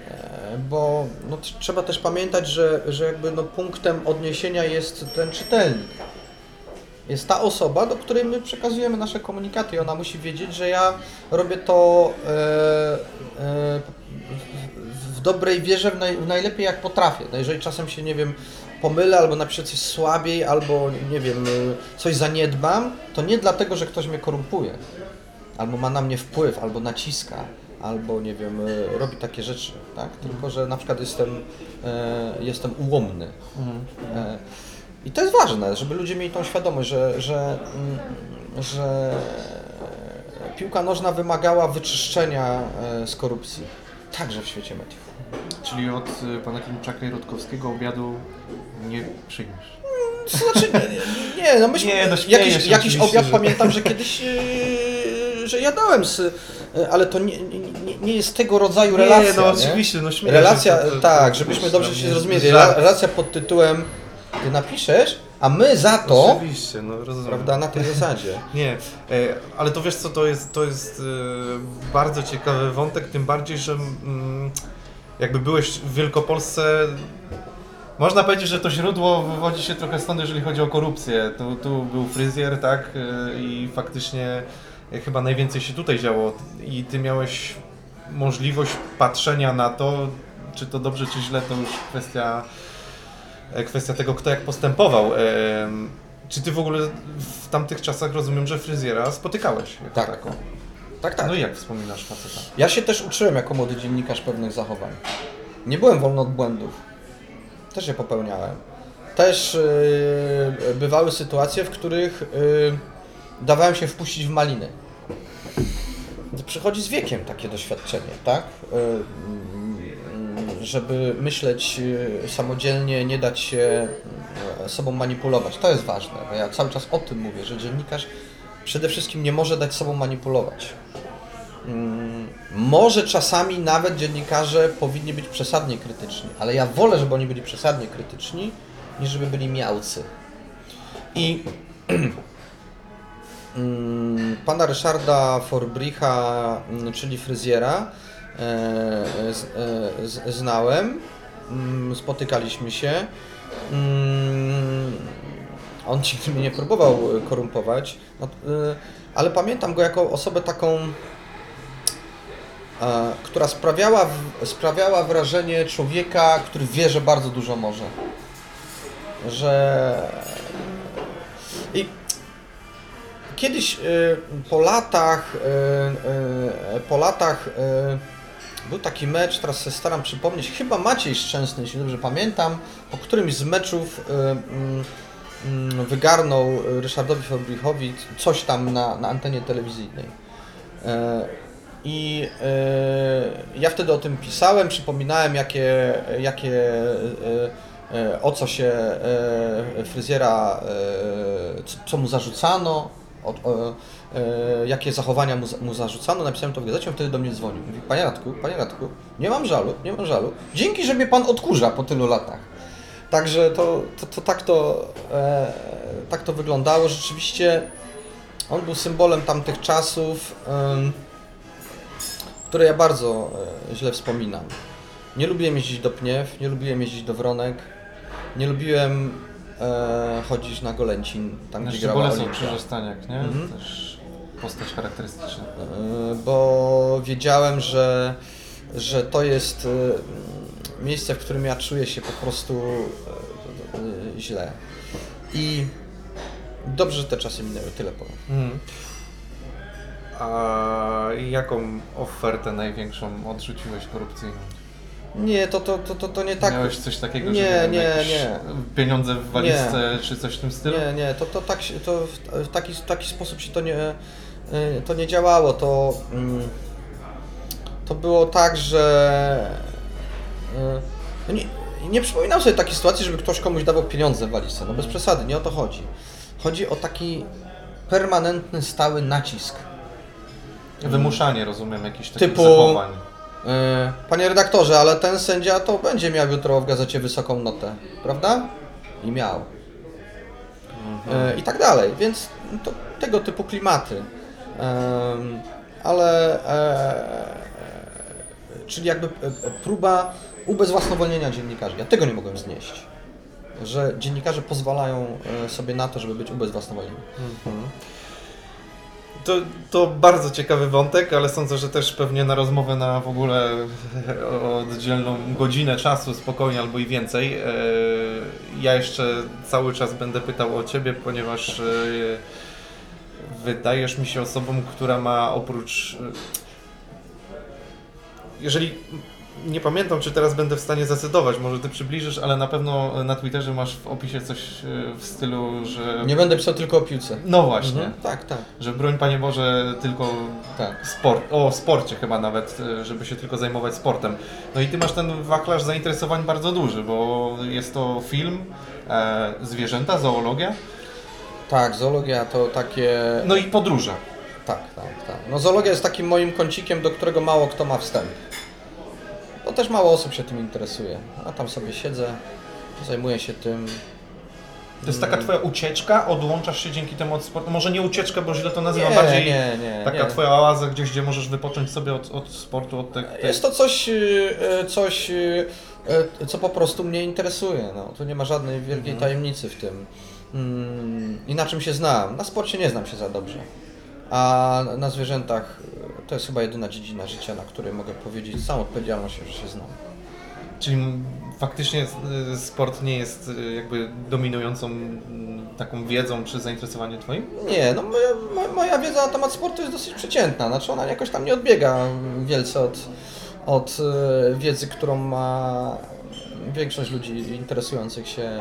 bo no, t- trzeba też pamiętać, że, że jakby no, punktem odniesienia jest ten czytelnik. Jest ta osoba, do której my przekazujemy nasze komunikaty i ona musi wiedzieć, że ja robię to e, e, w, w dobrej wierze, w, naj, w najlepiej jak potrafię. No jeżeli czasem się, nie wiem, pomylę albo napiszę coś słabiej, albo, nie wiem, coś zaniedbam, to nie dlatego, że ktoś mnie korumpuje, albo ma na mnie wpływ, albo naciska, albo, nie wiem, robi takie rzeczy, tak? Tylko, że na przykład jestem, e, jestem ułomny. Mhm. E, I to jest ważne, żeby ludzie mieli tą świadomość, że, że, że piłka nożna wymagała wyczyszczenia z korupcji, także w świecie mediów. Czyli od pana Klimczaka i Rutkowskiego obiadu nie przyjmiesz? To znaczy, nie, nie no myśmy, nie, no jakiś, jakiś obiad że... pamiętam, że kiedyś, że jadałem, z, ale to nie, nie, nie jest tego rodzaju relacja. Nie, no oczywiście, no śmieję Relacja, się, to, to, tak, to, żebyśmy to, dobrze to, się to, zrozumieli, żart. relacja pod tytułem ty napiszesz, a my za to, oczywiście, no rozumiem. Prawda, na tej zasadzie. Nie, ale to wiesz co, to jest, to jest bardzo ciekawy wątek, tym bardziej, że jakby byłeś w Wielkopolsce, można powiedzieć, że to źródło wywodzi się trochę stąd, jeżeli chodzi o korupcję. Tu, tu był fryzjer, tak, i faktycznie chyba najwięcej się tutaj działo i ty miałeś możliwość patrzenia na to, czy to dobrze, czy źle, to już kwestia kwestia tego, kto jak postępował. Czy ty w ogóle w tamtych czasach, rozumiem, że fryzjera spotykałeś? Jako Tak. taką? Tak, tak. No i jak wspominasz faceta? Ja się też uczyłem jako młody dziennikarz pewnych zachowań. Nie byłem wolny od błędów. Też je popełniałem. Też yy, bywały sytuacje, w których yy, dawałem się wpuścić w maliny. Przychodzi z wiekiem takie doświadczenie, tak? Yy, żeby myśleć yy, samodzielnie, nie dać się yy, sobą manipulować. To jest ważne. Bo ja cały czas o tym mówię, że dziennikarz przede wszystkim nie może dać sobą manipulować. Hmm, może czasami nawet dziennikarze powinni być przesadnie krytyczni, ale ja wolę, żeby oni byli przesadnie krytyczni, niż żeby byli miałcy. I hmm, pana Ryszarda Forbricha, czyli fryzjera, e, z, e, z, znałem, hmm, spotykaliśmy się. Hmm, on nigdy mnie nie próbował korumpować, no, y, ale pamiętam go jako osobę taką, y, która sprawiała, w, sprawiała wrażenie człowieka, który wie, że bardzo dużo może. Że... I kiedyś y, po latach, y, y, po latach y, był taki mecz, teraz się staram przypomnieć, chyba Maciej Szczęsny, jeśli dobrze pamiętam, po którymś z meczów y, y, wygarnął Ryszardowi Forbrichowi coś tam na, na antenie telewizyjnej. I ja wtedy o tym pisałem, przypominałem jakie, jakie o co się fryzjera, co mu zarzucano, o, o, jakie zachowania mu, mu zarzucano. Napisałem to w gazecie, on wtedy do mnie dzwonił. Mówi, panie Radku, panie Radku, nie mam żalu, nie mam żalu. Dzięki, że mnie pan odkurza po tylu latach. Także to, to, to, tak, to e, tak to wyglądało. Rzeczywiście on był symbolem tamtych czasów, e, które ja bardzo e, źle wspominam. Nie lubiłem jeździć do Pniew, nie lubiłem jeździć do Wronek, nie lubiłem e, chodzić na Golęcin, tam Na gdzie grała Szczególnie są Olimpia. Krzyżostaniak, nie? Mhm. Też postać charakterystyczna. E, bo wiedziałem, że, że to jest e, miejsce, w którym ja czuję się po prostu e, e, źle. I dobrze, że te czasy minęły, tyle powiem. Mhm. A jaką ofertę największą odrzuciłeś korupcyjną? Nie, to, to, to, to, to nie tak. Miałeś coś takiego, Nie, że nie, jakieś nie. pieniądze w walizce czy coś w tym stylu? Nie, nie, to, to, tak, się- to w w taki, w taki sposób się to nie, y, to nie działało. To, mm, to było tak, że y, nie, nie przypominam sobie takiej sytuacji, żeby ktoś komuś dawał pieniądze w walizce. No bez przesady, nie o to chodzi. Chodzi o taki permanentny, stały nacisk. Wymuszanie, rozumiem, jakichś takich Typu- zachowań. Y, Panie redaktorze, ale ten sędzia to będzie miał jutro w gazecie wysoką notę, prawda? I miał. E, I tak dalej, więc to tego typu klimaty. Em, ale e, czyli jakby e, próba ubezwłasnowolnienia dziennikarzy. Ja tego nie mogłem znieść. Że dziennikarze pozwalają e, sobie na to, żeby być ubezwłasnowolnieni. Mhm. To, to bardzo ciekawy wątek, ale sądzę, że też pewnie na rozmowę na w ogóle oddzielną godzinę czasu spokojnie albo i więcej. E, Ja jeszcze cały czas będę pytał o Ciebie, ponieważ e, wydajesz mi się osobą, która ma oprócz... Jeżeli... Nie pamiętam, czy teraz będę w stanie zdecydować, może Ty przybliżysz, ale na pewno na Twitterze masz w opisie coś e, w stylu, że... Nie będę pisał tylko o piłce. No właśnie. Mhm, tak, tak, Że broń Panie Boże tylko tak. sport, o sporcie chyba nawet, żeby się tylko zajmować sportem. No i Ty masz ten wachlarz zainteresowań bardzo duży, bo jest to film, e, zwierzęta, zoologia, Tak, zoologia to takie... no i podróże. Tak, tak, tak. No zoologia jest takim moim kącikiem, do którego mało kto ma wstęp. Bo też mało osób się tym interesuje. A tam sobie siedzę, zajmuję się tym. To jest taka Twoja ucieczka, odłączasz się dzięki temu od sportu, może nie ucieczka, bo źle to nazywam, Nie, bardziej nie, nie, taka nie. Twoja oaza gdzieś, gdzie możesz wypocząć sobie od, od sportu, od tej... tej... Jest to coś, yy, coś yy, yy, co po prostu mnie interesuje. No, tu nie ma żadnej wielkiej tajemnicy w tym. Mm, I na czym się znam? Na sporcie nie znam się za dobrze. A na zwierzętach yy, to jest chyba jedyna dziedzina życia, na której mogę powiedzieć z całą odpowiedzialnością, że się znam. Czyli m, faktycznie y, sport nie jest y, jakby dominującą mm, taką wiedzą czy zainteresowaniem Twoim? Nie, no moja, mo- moja wiedza na temat sportu jest dosyć przeciętna, znaczy ona jakoś tam nie odbiega wielce od, od e, wiedzy, którą ma większość ludzi interesujących się,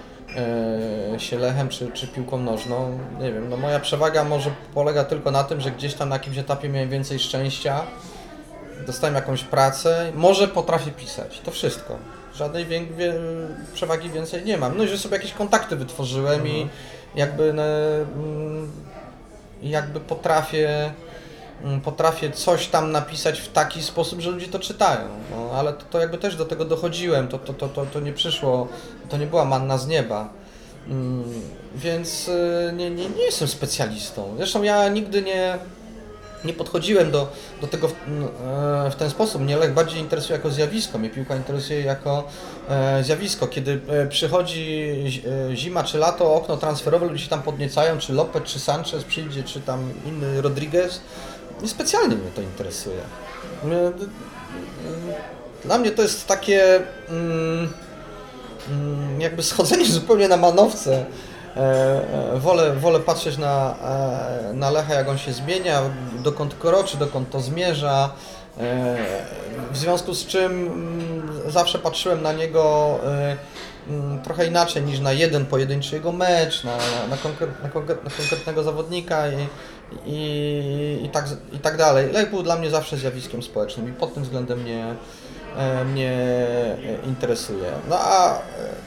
e, się lechem czy, czy piłką nożną. Nie wiem, no moja przewaga może polega tylko na tym, że gdzieś tam na jakimś etapie miałem więcej szczęścia, dostałem jakąś pracę, może potrafię pisać, to wszystko. Żadnej wiek, wie, przewagi więcej nie mam. No i że sobie jakieś kontakty wytworzyłem i jakby, no, mm, jakby potrafię, mm, potrafię coś tam napisać w taki sposób, że ludzie to czytają. No, ale to, to jakby też do tego dochodziłem, to, to, to, to, to nie przyszło, to nie była manna z nieba. Mm, Więc y, nie, nie, nie jestem specjalistą. Zresztą ja nigdy nie, nie podchodziłem do, do tego w, e, w ten sposób. Mnie Lech bardziej interesuje jako zjawisko. Mnie piłka interesuje jako e, zjawisko. Kiedy e, przychodzi zi- e, zima czy lato, okno transferowe, ludzie się tam podniecają, czy Lopez, czy Sanchez przyjdzie, czy tam inny Rodriguez. Niespecjalnie mnie to interesuje. Mnie- Dla mnie to jest takie mm, mm, jakby schodzenie zupełnie na manowce. E, e, wolę, wolę patrzeć na, e, na Lecha, jak on się zmienia, dokąd kroczy, dokąd to zmierza. E, w związku z czym mm, zawsze patrzyłem na niego e, mm, trochę inaczej niż na jeden pojedynczy jego mecz, na, na, konkret, na, konkret, na konkretnego zawodnika i, i, i, tak, i tak dalej. Lech był dla mnie zawsze zjawiskiem społecznym i pod tym względem mnie, e, mnie interesuje. No a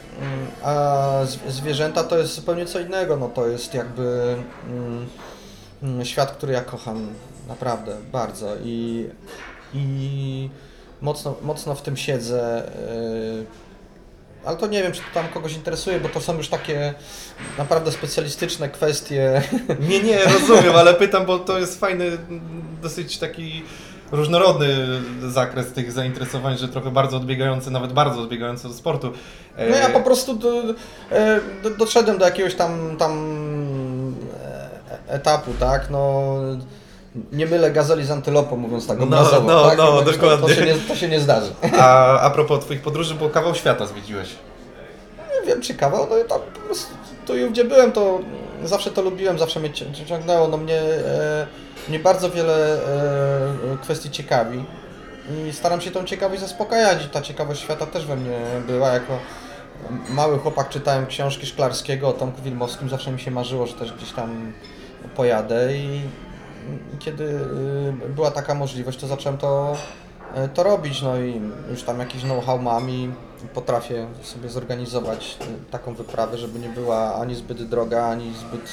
A z- zwierzęta to jest zupełnie co innego, no to jest jakby mm, mm, świat, który ja kocham naprawdę bardzo i, i mocno, mocno w tym siedzę. ale to nie wiem, czy to tam kogoś interesuje, bo to są już takie naprawdę specjalistyczne kwestie. Nie, nie, rozumiem, ale pytam, bo to jest fajny, dosyć taki różnorodny zakres tych zainteresowań, że trochę bardzo odbiegający, nawet bardzo odbiegający od sportu. No ja po prostu do, do, doszedłem do jakiegoś tam, tam etapu, tak, no nie mylę gazeli z antylopą, mówiąc tak obrazowo, no, tak? No, no, dokładnie. To, to, się nie, to się nie zdarzy. A, a propos Twoich podróży, bo kawał świata zwiedziłeś. Nie wiem, czy kawał, no tam po prostu tu i gdzie byłem, to zawsze to lubiłem, zawsze mnie ciągnęło, no mnie, e, mnie bardzo wiele e, kwestii ciekawi i staram się tą ciekawość zaspokajać i ta ciekawość świata też we mnie była. Jako mały chłopak czytałem książki Szklarskiego o Tomku Wilmowskim, zawsze mi się marzyło, że też gdzieś tam pojadę i kiedy była taka możliwość, to zacząłem to, to robić, no i już tam jakiś know-how mam i potrafię sobie zorganizować taką wyprawę, żeby nie była ani zbyt droga, ani zbyt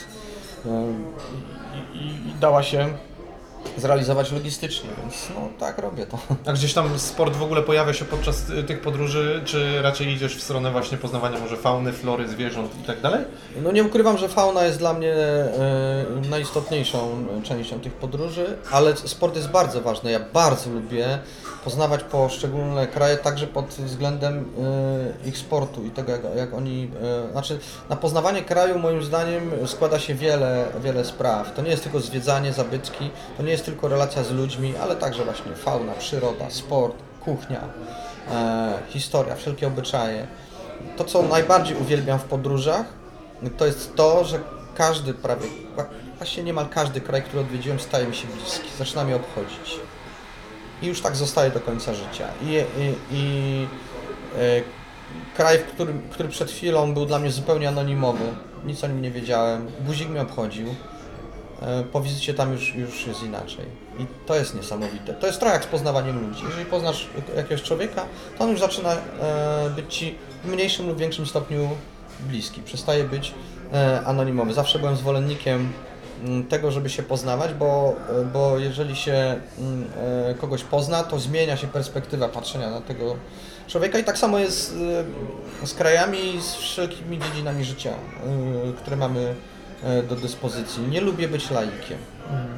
i, i, i dała się zrealizować logistycznie, więc no tak robię to. A gdzieś tam sport w ogóle pojawia się podczas tych podróży, czy raczej idziesz w stronę właśnie poznawania może fauny, flory, zwierząt i tak dalej? No nie ukrywam, że fauna jest dla mnie e, najistotniejszą częścią tych podróży, ale sport jest bardzo ważny. Ja bardzo lubię poznawać poszczególne kraje także pod względem e, ich sportu i tego, jak, jak oni... E, znaczy, na poznawanie kraju moim zdaniem składa się wiele, wiele spraw. To nie jest tylko zwiedzanie, zabytki, to nie jest tylko relacja z ludźmi, ale także właśnie fauna, przyroda, sport, kuchnia, e, historia, wszelkie obyczaje. To, co najbardziej uwielbiam w podróżach, to jest to, że każdy prawie, właśnie niemal każdy kraj, który odwiedziłem, staje mi się bliski, zaczyna mnie obchodzić. I już tak zostaje do końca życia. I, i, i e, kraj, w którym, który przed chwilą był dla mnie zupełnie anonimowy, nic o nim nie wiedziałem, guzik mnie obchodził. Po wizycie tam już, już jest inaczej. I to jest niesamowite. To jest trochę jak z poznawaniem ludzi. Jeżeli poznasz jakiegoś człowieka, to on już zaczyna e, być Ci w mniejszym lub większym stopniu bliski. Przestaje być e, anonimowy. Zawsze byłem zwolennikiem m, tego, żeby się poznawać, bo, bo jeżeli się m, e, kogoś pozna, to zmienia się perspektywa patrzenia na tego człowieka. I tak samo jest e, z krajami i z wszelkimi dziedzinami życia, e, które mamy do dyspozycji. Nie lubię być laikiem. Mhm.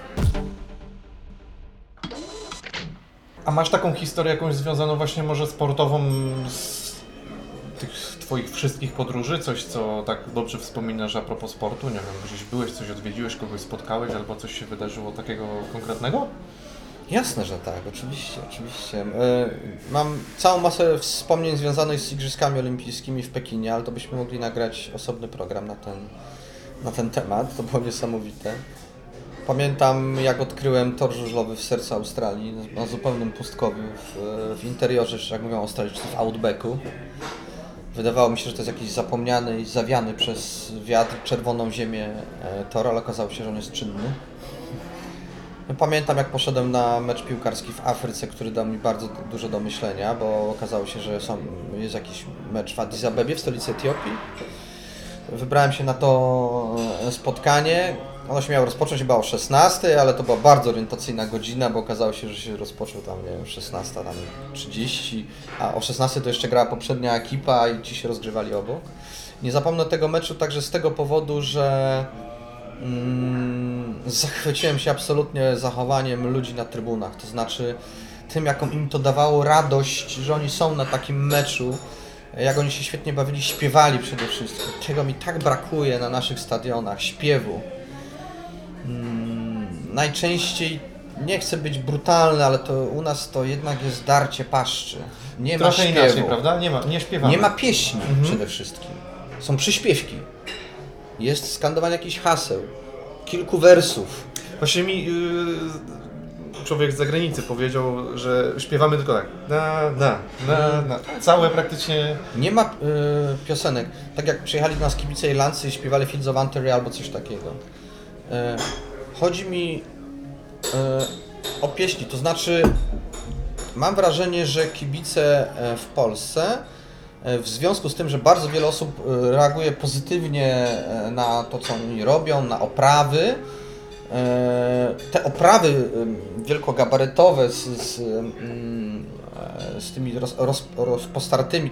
A masz taką historię jakąś związaną właśnie może sportową z tych Twoich wszystkich podróży? Coś, co tak dobrze wspominasz a propos sportu? Nie wiem, gdzieś byłeś, coś odwiedziłeś, kogoś spotkałeś albo coś się wydarzyło takiego konkretnego? Jasne, że tak, oczywiście, oczywiście. Mam całą masę wspomnień związanych z Igrzyskami Olimpijskimi w Pekinie, ale to byśmy mogli nagrać osobny program na ten na ten temat, to było niesamowite. Pamiętam, jak odkryłem tor żużlowy w sercu Australii, na zupełnym pustkowiu, w, w interiorze, jak mówią Australijczycy, w outbacku. Wydawało mi się, że to jest jakiś zapomniany i zawiany przez wiatr, czerwoną ziemię tor, ale okazało się, że on jest czynny. Pamiętam, jak poszedłem na mecz piłkarski w Afryce, który dał mi bardzo dużo do myślenia, bo okazało się, że są, jest jakiś mecz w Addis Abebie, w stolicy Etiopii. Wybrałem się na to spotkanie. Ono się miało rozpocząć chyba o szesnastej, ale to była bardzo orientacyjna godzina, bo okazało się, że się rozpoczął tam, nie wiem, szesnasta trzydzieści, a o szesnastej to jeszcze grała poprzednia ekipa i ci się rozgrywali obok. Nie zapomnę tego meczu także z tego powodu, że mm, zachwyciłem się absolutnie zachowaniem ludzi na trybunach, to znaczy tym, jaką im to dawało radość, że oni są na takim meczu. Jak oni się świetnie bawili, śpiewali przede wszystkim, czego mi tak brakuje na naszych stadionach, śpiewu. Hmm, najczęściej, nie chcę być brutalny, ale to u nas to jednak jest darcie paszczy. Nie Trochę ma śpiewu. inaczej, prawda? Nie ma, nie śpiewamy. Nie ma pieśni mhm. przede wszystkim. Są przyśpiewki. Jest skandowanie jakichś haseł, kilku wersów. Właśnie mi yy, człowiek z zagranicy powiedział, że śpiewamy tylko tak. Na, na, na, na. Całe praktycznie... Nie ma y, piosenek. Tak jak przyjechali do nas kibice irlandzcy i śpiewali Fields of Antrim albo coś takiego. Y, chodzi mi y, o pieśni, to znaczy mam wrażenie, że kibice w Polsce w związku z tym, że bardzo wiele osób reaguje pozytywnie na to, co oni robią, na oprawy, te oprawy wielkogabarytowe z, z e, z tymi roz, roz, rozpostartymi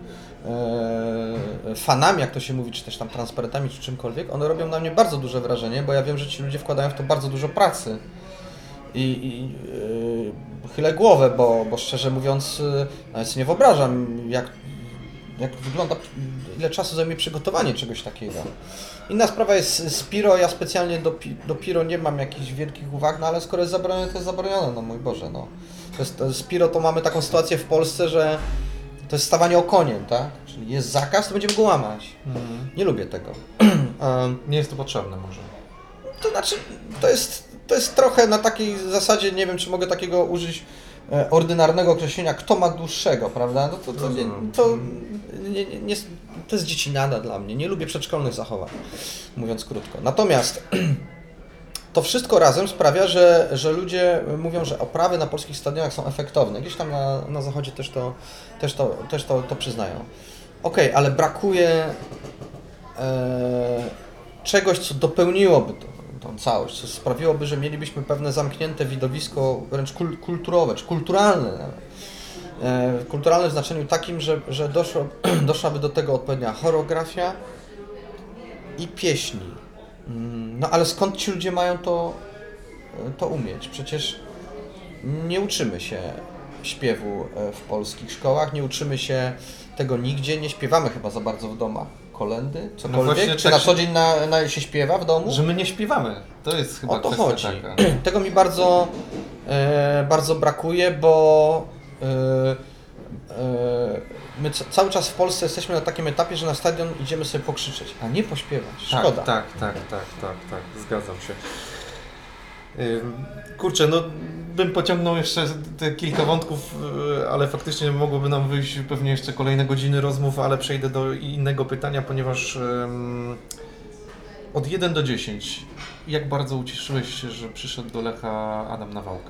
e, fanami, jak to się mówi, czy też tam transparentami, czy czymkolwiek, one robią na mnie bardzo duże wrażenie, bo ja wiem, że ci ludzie wkładają w to bardzo dużo pracy. I, i yy, chylę głowę, bo, bo szczerze mówiąc, yy, nawet sobie nie wyobrażam, jak, jak wygląda, ile czasu zajmie przygotowanie czegoś takiego. Inna sprawa jest Spiro, ja specjalnie do, do Piro nie mam jakichś wielkich uwag, no ale skoro jest zabronione, to jest zabronione, no mój Boże, no. To jest, to Spiro to mamy taką sytuację w Polsce, że to jest stawanie okoniem, tak? Czyli jest zakaz, to będziemy go łamać. Mhm. Nie lubię tego. um, nie jest to potrzebne może. To znaczy, to jest... To jest trochę na takiej zasadzie, nie wiem, czy mogę takiego użyć e, ordynarnego określenia, kto ma dłuższego, prawda? No to, to, nie, to, nie, nie, nie, to jest dziecinada dla mnie. Nie lubię przedszkolnych zachowań, mówiąc krótko. Natomiast to wszystko razem sprawia, że, że ludzie mówią, że oprawy na polskich stadionach są efektowne. Gdzieś tam na, na zachodzie też to, też to, też to, to przyznają. Okej, okay, ale brakuje e, czegoś, co dopełniłoby to. Tą całość, co sprawiłoby, że mielibyśmy pewne zamknięte widowisko wręcz kul kulturowe, czy kulturalne nawet. E, kulturalne w znaczeniu takim, że, że doszło, doszłaby do tego odpowiednia choreografia i pieśni. No ale skąd ci ludzie mają to, to umieć? Przecież nie uczymy się śpiewu w polskich szkołach, nie uczymy się tego nigdzie, nie śpiewamy chyba za bardzo w domach. Kolendy, cokolwiek? No czy tak na co dzień na, na się śpiewa w domu? Że my nie śpiewamy. To jest chyba o to kwestia chodzi. taka. Tego mi bardzo, e, bardzo brakuje, bo e, e, my c- cały czas w Polsce jesteśmy na takim etapie, że na stadion idziemy sobie pokrzyczeć, a nie pośpiewać. Szkoda. Tak, tak, tak, tak, tak, tak. Zgadzam się. Kurczę, no bym pociągnął jeszcze te kilka wątków, ale faktycznie mogłoby nam wyjść pewnie jeszcze kolejne godziny rozmów, ale przejdę do innego pytania, ponieważ um, od jeden do dziesięciu, jak bardzo ucieszyłeś się, że przyszedł do Lecha Adam Nawałka?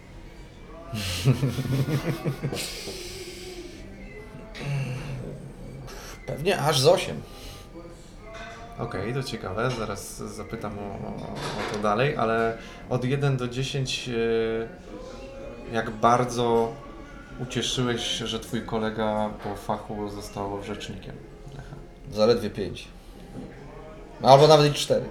Pewnie aż z osiem. Okej, okay, to ciekawe, zaraz zapytam o, o, o to dalej, ale od jeden do dziesięciu jak bardzo ucieszyłeś się, że twój kolega po fachu został rzecznikiem Lecha? Zaledwie pięć. Albo nawet i cztery.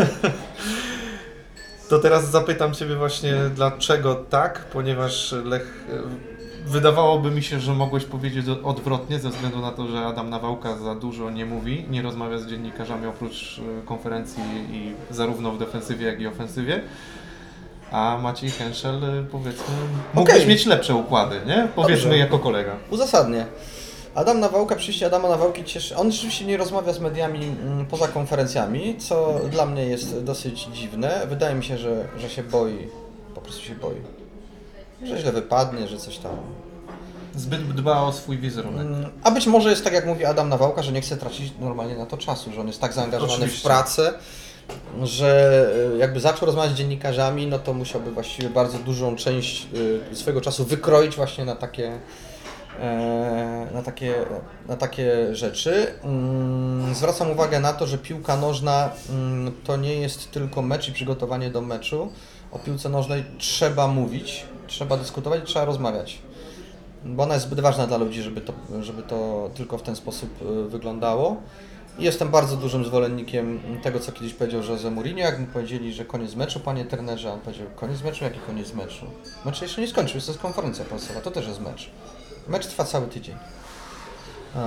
To teraz zapytam Ciebie właśnie, dlaczego tak, ponieważ Lech... Wydawałoby mi się, że mogłeś powiedzieć odwrotnie, ze względu na to, że Adam Nawałka za dużo nie mówi, nie rozmawia z dziennikarzami oprócz konferencji i zarówno w defensywie, jak i ofensywie. A Maciej Henschel, powiedzmy, mógłbyś okay. mieć lepsze układy, nie? Powiedzmy Dobrze. Jako kolega. Uzasadnię. Adam Nawałka, przyjście Adama Nawałki cieszy. On rzeczywiście nie rozmawia z mediami m, poza konferencjami, co dla mnie jest dosyć dziwne. Wydaje mi się, że, że się boi, po prostu się boi. Że źle wypadnie, że coś tam. Zbyt dba o swój wizerunek. A być może jest tak, jak mówi Adam Nawałka, że nie chce tracić normalnie na to czasu, że on jest tak zaangażowany Oczywiście. w pracę, że jakby zaczął rozmawiać z dziennikarzami, no to musiałby właściwie bardzo dużą część swojego czasu wykroić właśnie na takie, na takie, na takie rzeczy. Zwracam uwagę na to, że piłka nożna to nie jest tylko mecz i przygotowanie do meczu. O piłce nożnej trzeba mówić, trzeba dyskutować, trzeba rozmawiać, bo ona jest zbyt ważna dla ludzi, żeby to, żeby to tylko w ten sposób wyglądało. I jestem bardzo dużym zwolennikiem tego, co kiedyś powiedział Jose Mourinho, jak mu powiedzieli, że koniec meczu, panie trenerze, on powiedział, koniec meczu? Jaki koniec meczu? Mecz jeszcze nie skończył, jest to konferencja prasowa, to też jest mecz. Mecz trwa cały tydzień. Um,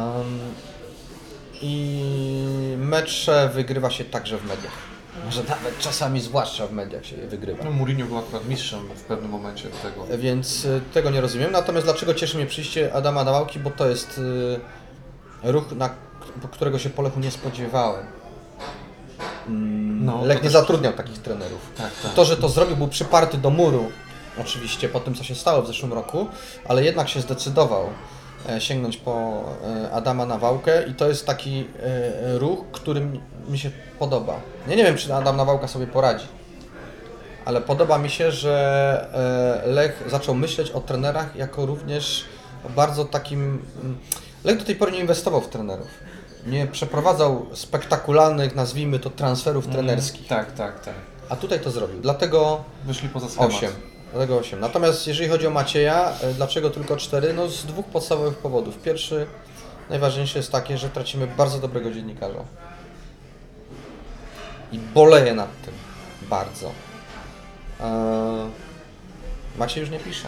I mecze wygrywa się także w mediach. Może nawet czasami, zwłaszcza w mediach się je wygrywa. No, Mourinho był akurat mistrzem w pewnym momencie tego. Więc tego nie rozumiem. Natomiast dlaczego cieszy mnie przyjście Adama Nawałki? Bo to jest y, ruch, na którego się po Lechu nie spodziewałem. No, Lech nie zatrudniał takich trenerów. Tak, tak. To, że to zrobił, był przyparty do muru, oczywiście po tym, co się stało w zeszłym roku, ale jednak się zdecydował sięgnąć po Adama Nawałkę i to jest taki ruch, który mi się podoba. Ja nie wiem, czy Adam Nawałka sobie poradzi, ale podoba mi się, że Lech zaczął myśleć o trenerach jako również o bardzo takim... Lech do tej pory nie inwestował w trenerów. Nie przeprowadzał spektakularnych, nazwijmy to, transferów mm, trenerskich. Tak, tak, tak. A tutaj to zrobił, dlatego wyszli poza schemat. osiem. Dlatego osiem. Natomiast jeżeli chodzi o Macieja, y, dlaczego tylko cztery? No z dwóch podstawowych powodów. Pierwszy, najważniejszy jest taki, że tracimy bardzo dobrego dziennikarza. I boleję nad tym. Bardzo. Eee, Maciej już nie pisze.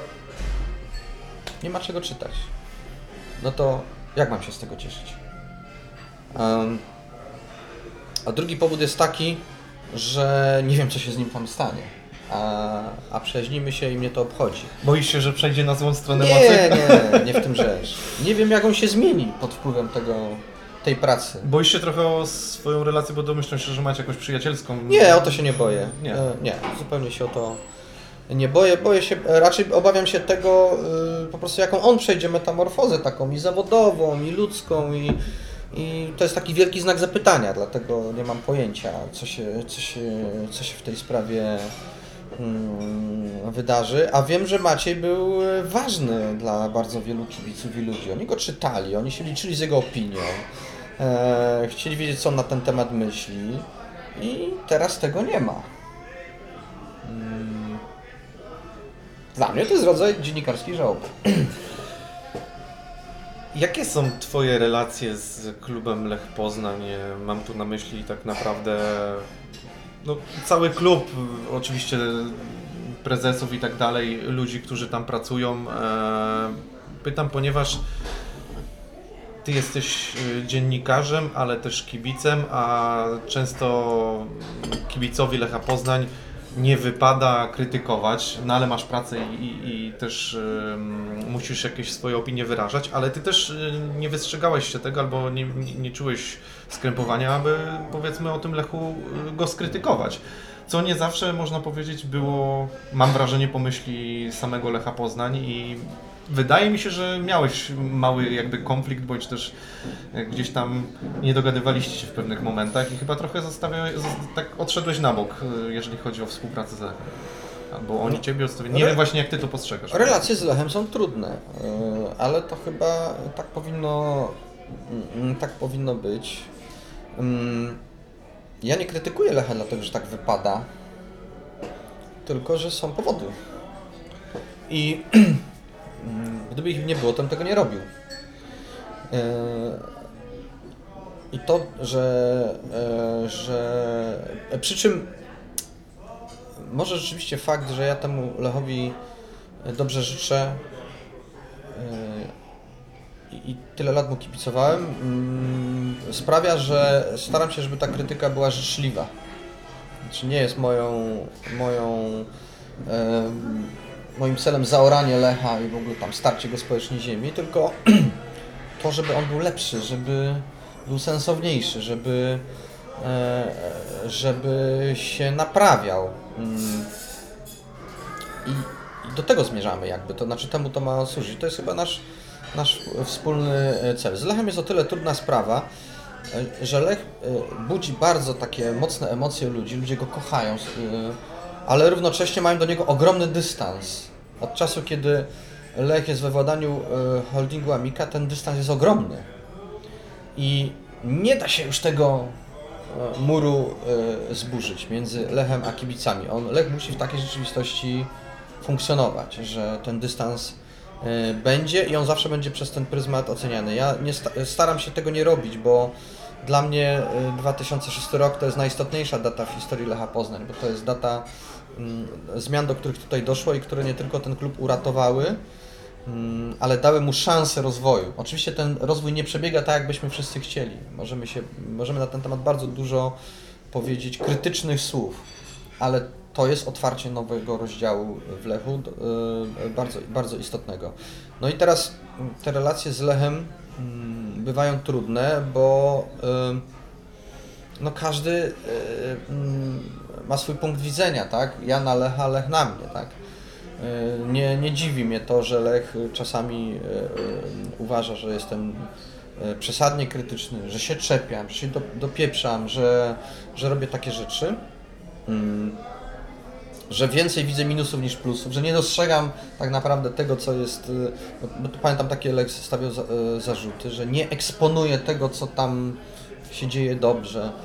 Nie ma czego czytać. No to jak mam się z tego cieszyć? Um, a drugi powód jest taki, że nie wiem, co się z nim tam stanie. A, a przyjaźnimy się i mnie to obchodzi. Boisz się, że przejdzie na złą stronę mocy? Nie, nie, nie w tym rzecz. Nie wiem, jak on się zmieni pod wpływem tego, tej pracy. Boisz się trochę o swoją relację, bo domyślam się, że macie jakąś przyjacielską. Nie, o to się nie boję. Nie. E, nie, zupełnie się o to nie boję. Boję się, raczej obawiam się tego, y, po prostu jaką on przejdzie metamorfozę taką i zawodową, i ludzką, i, i to jest taki wielki znak zapytania, dlatego nie mam pojęcia, co się, co się, co się w tej sprawie mm, wydarzy. A wiem, że Maciej był ważny dla bardzo wielu kibiców i ludzi. Oni go czytali, oni się liczyli z jego opinią, e, chcieli wiedzieć, co on na ten temat myśli i teraz tego nie ma. Mm. Dla mnie to jest rodzaj dziennikarskiej żałoby. Jakie są Twoje relacje z klubem Lech Poznań? Mam tu na myśli tak naprawdę no, cały klub, oczywiście prezesów i tak dalej, ludzi, którzy tam pracują. Pytam, ponieważ Ty jesteś dziennikarzem, ale też kibicem, a często kibicowi Lecha Poznań nie wypada krytykować, no ale masz pracę i, i, i też y, musisz jakieś swoje opinie wyrażać, ale Ty też y, nie wystrzegałeś się tego albo nie, nie, nie czułeś skrępowania, aby powiedzmy o tym Lechu y, go skrytykować. Co nie zawsze, można powiedzieć, było, mam wrażenie, po myśli samego Lecha Poznań i wydaje mi się, że miałeś mały jakby konflikt, bądź też gdzieś tam nie dogadywaliście się w pewnych momentach i chyba trochę zostawiałeś, tak odszedłeś na bok, jeżeli chodzi o współpracę z Lechem. Albo oni Ciebie odstawili. Nie Re- wiem właśnie, jak Ty to postrzegasz. Relacje z Lechem są trudne, ale to chyba tak powinno, tak powinno być. Ja nie krytykuję Lecha dlatego, że tak wypada, tylko że są powody. I gdyby ich nie było, to bym tego nie robił. I to, że, że przy czym może rzeczywiście fakt, że ja temu Lechowi dobrze życzę i tyle lat mu kibicowałem, sprawia, że staram się, żeby ta krytyka była życzliwa. Znaczy nie jest moją, moją moim celem zaoranie Lecha i w ogóle tam starcie go społecznie ziemi, tylko to, żeby on był lepszy, żeby był sensowniejszy, żeby, żeby się naprawiał. I, I do tego zmierzamy jakby, to znaczy temu to ma służyć. To jest chyba nasz, nasz wspólny cel. Z Lechem jest o tyle trudna sprawa, że Lech budzi bardzo takie mocne emocje ludzi, ludzie go kochają, ale równocześnie mają do niego ogromny dystans. Od czasu, kiedy Lech jest we władaniu holdingu Amika, ten dystans jest ogromny. I nie da się już tego muru zburzyć między Lechem a kibicami. On, Lech musi w takiej rzeczywistości funkcjonować, że ten dystans będzie i on zawsze będzie przez ten pryzmat oceniany. Ja nie sta- staram się tego nie robić, bo dla mnie dwa tysiące szósty rok to jest najistotniejsza data w historii Lecha Poznań, bo to jest data mm, zmian, do których tutaj doszło i które nie tylko ten klub uratowały, mm, ale dały mu szansę rozwoju. Oczywiście ten rozwój nie przebiega tak, jakbyśmy wszyscy chcieli. Możemy, się, możemy na ten temat bardzo dużo powiedzieć krytycznych słów, ale to jest otwarcie nowego rozdziału w Lechu, yy, bardzo, bardzo istotnego. No i teraz te relacje z Lechem yy, bywają trudne, bo yy, no każdy yy, yy, ma swój punkt widzenia, tak? Ja na Lecha, Lech na mnie, tak? Yy, nie, nie dziwi mnie to, że Lech czasami yy, yy, uważa, że jestem yy, przesadnie krytyczny, że się czepiam, że się do, dopieprzam, że, że robię takie rzeczy. Yy. Że więcej widzę minusów niż plusów, że nie dostrzegam tak naprawdę tego, co jest, bo tu pamiętam takie Lech stawiał za, zarzuty, że nie eksponuję tego, co tam się dzieje dobrze.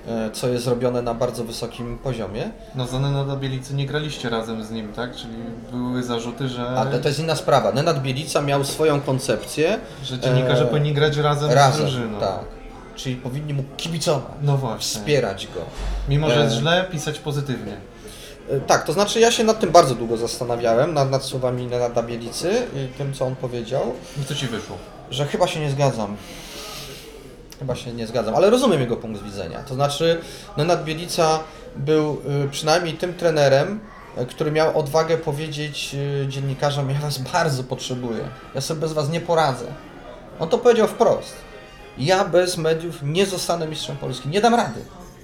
co jest robione na bardzo wysokim poziomie. No za Nenada Bielicy nie graliście razem z nim, tak? Czyli były zarzuty, że... A to, to jest inna sprawa. Nenad Bielica miał swoją koncepcję. Że dziennikarze e... powinni grać razem, razem z drużyną. Tak. Czyli powinni mu kibicować, no właśnie. Wspierać go. Mimo, że jest e... źle, pisać pozytywnie. E, tak, to znaczy ja się nad tym bardzo długo zastanawiałem, nad, nad słowami Nenada Bielicy i tym, co on powiedział. I co ci wyszło? Że chyba się nie zgadzam. Chyba się nie zgadzam, ale rozumiem jego punkt widzenia. To znaczy Nenad Bielica był y, przynajmniej tym trenerem, y, który miał odwagę powiedzieć y, dziennikarzom: ja was bardzo potrzebuję, ja sobie bez was nie poradzę. On to powiedział wprost. Ja bez mediów nie zostanę mistrzem Polski, nie dam rady.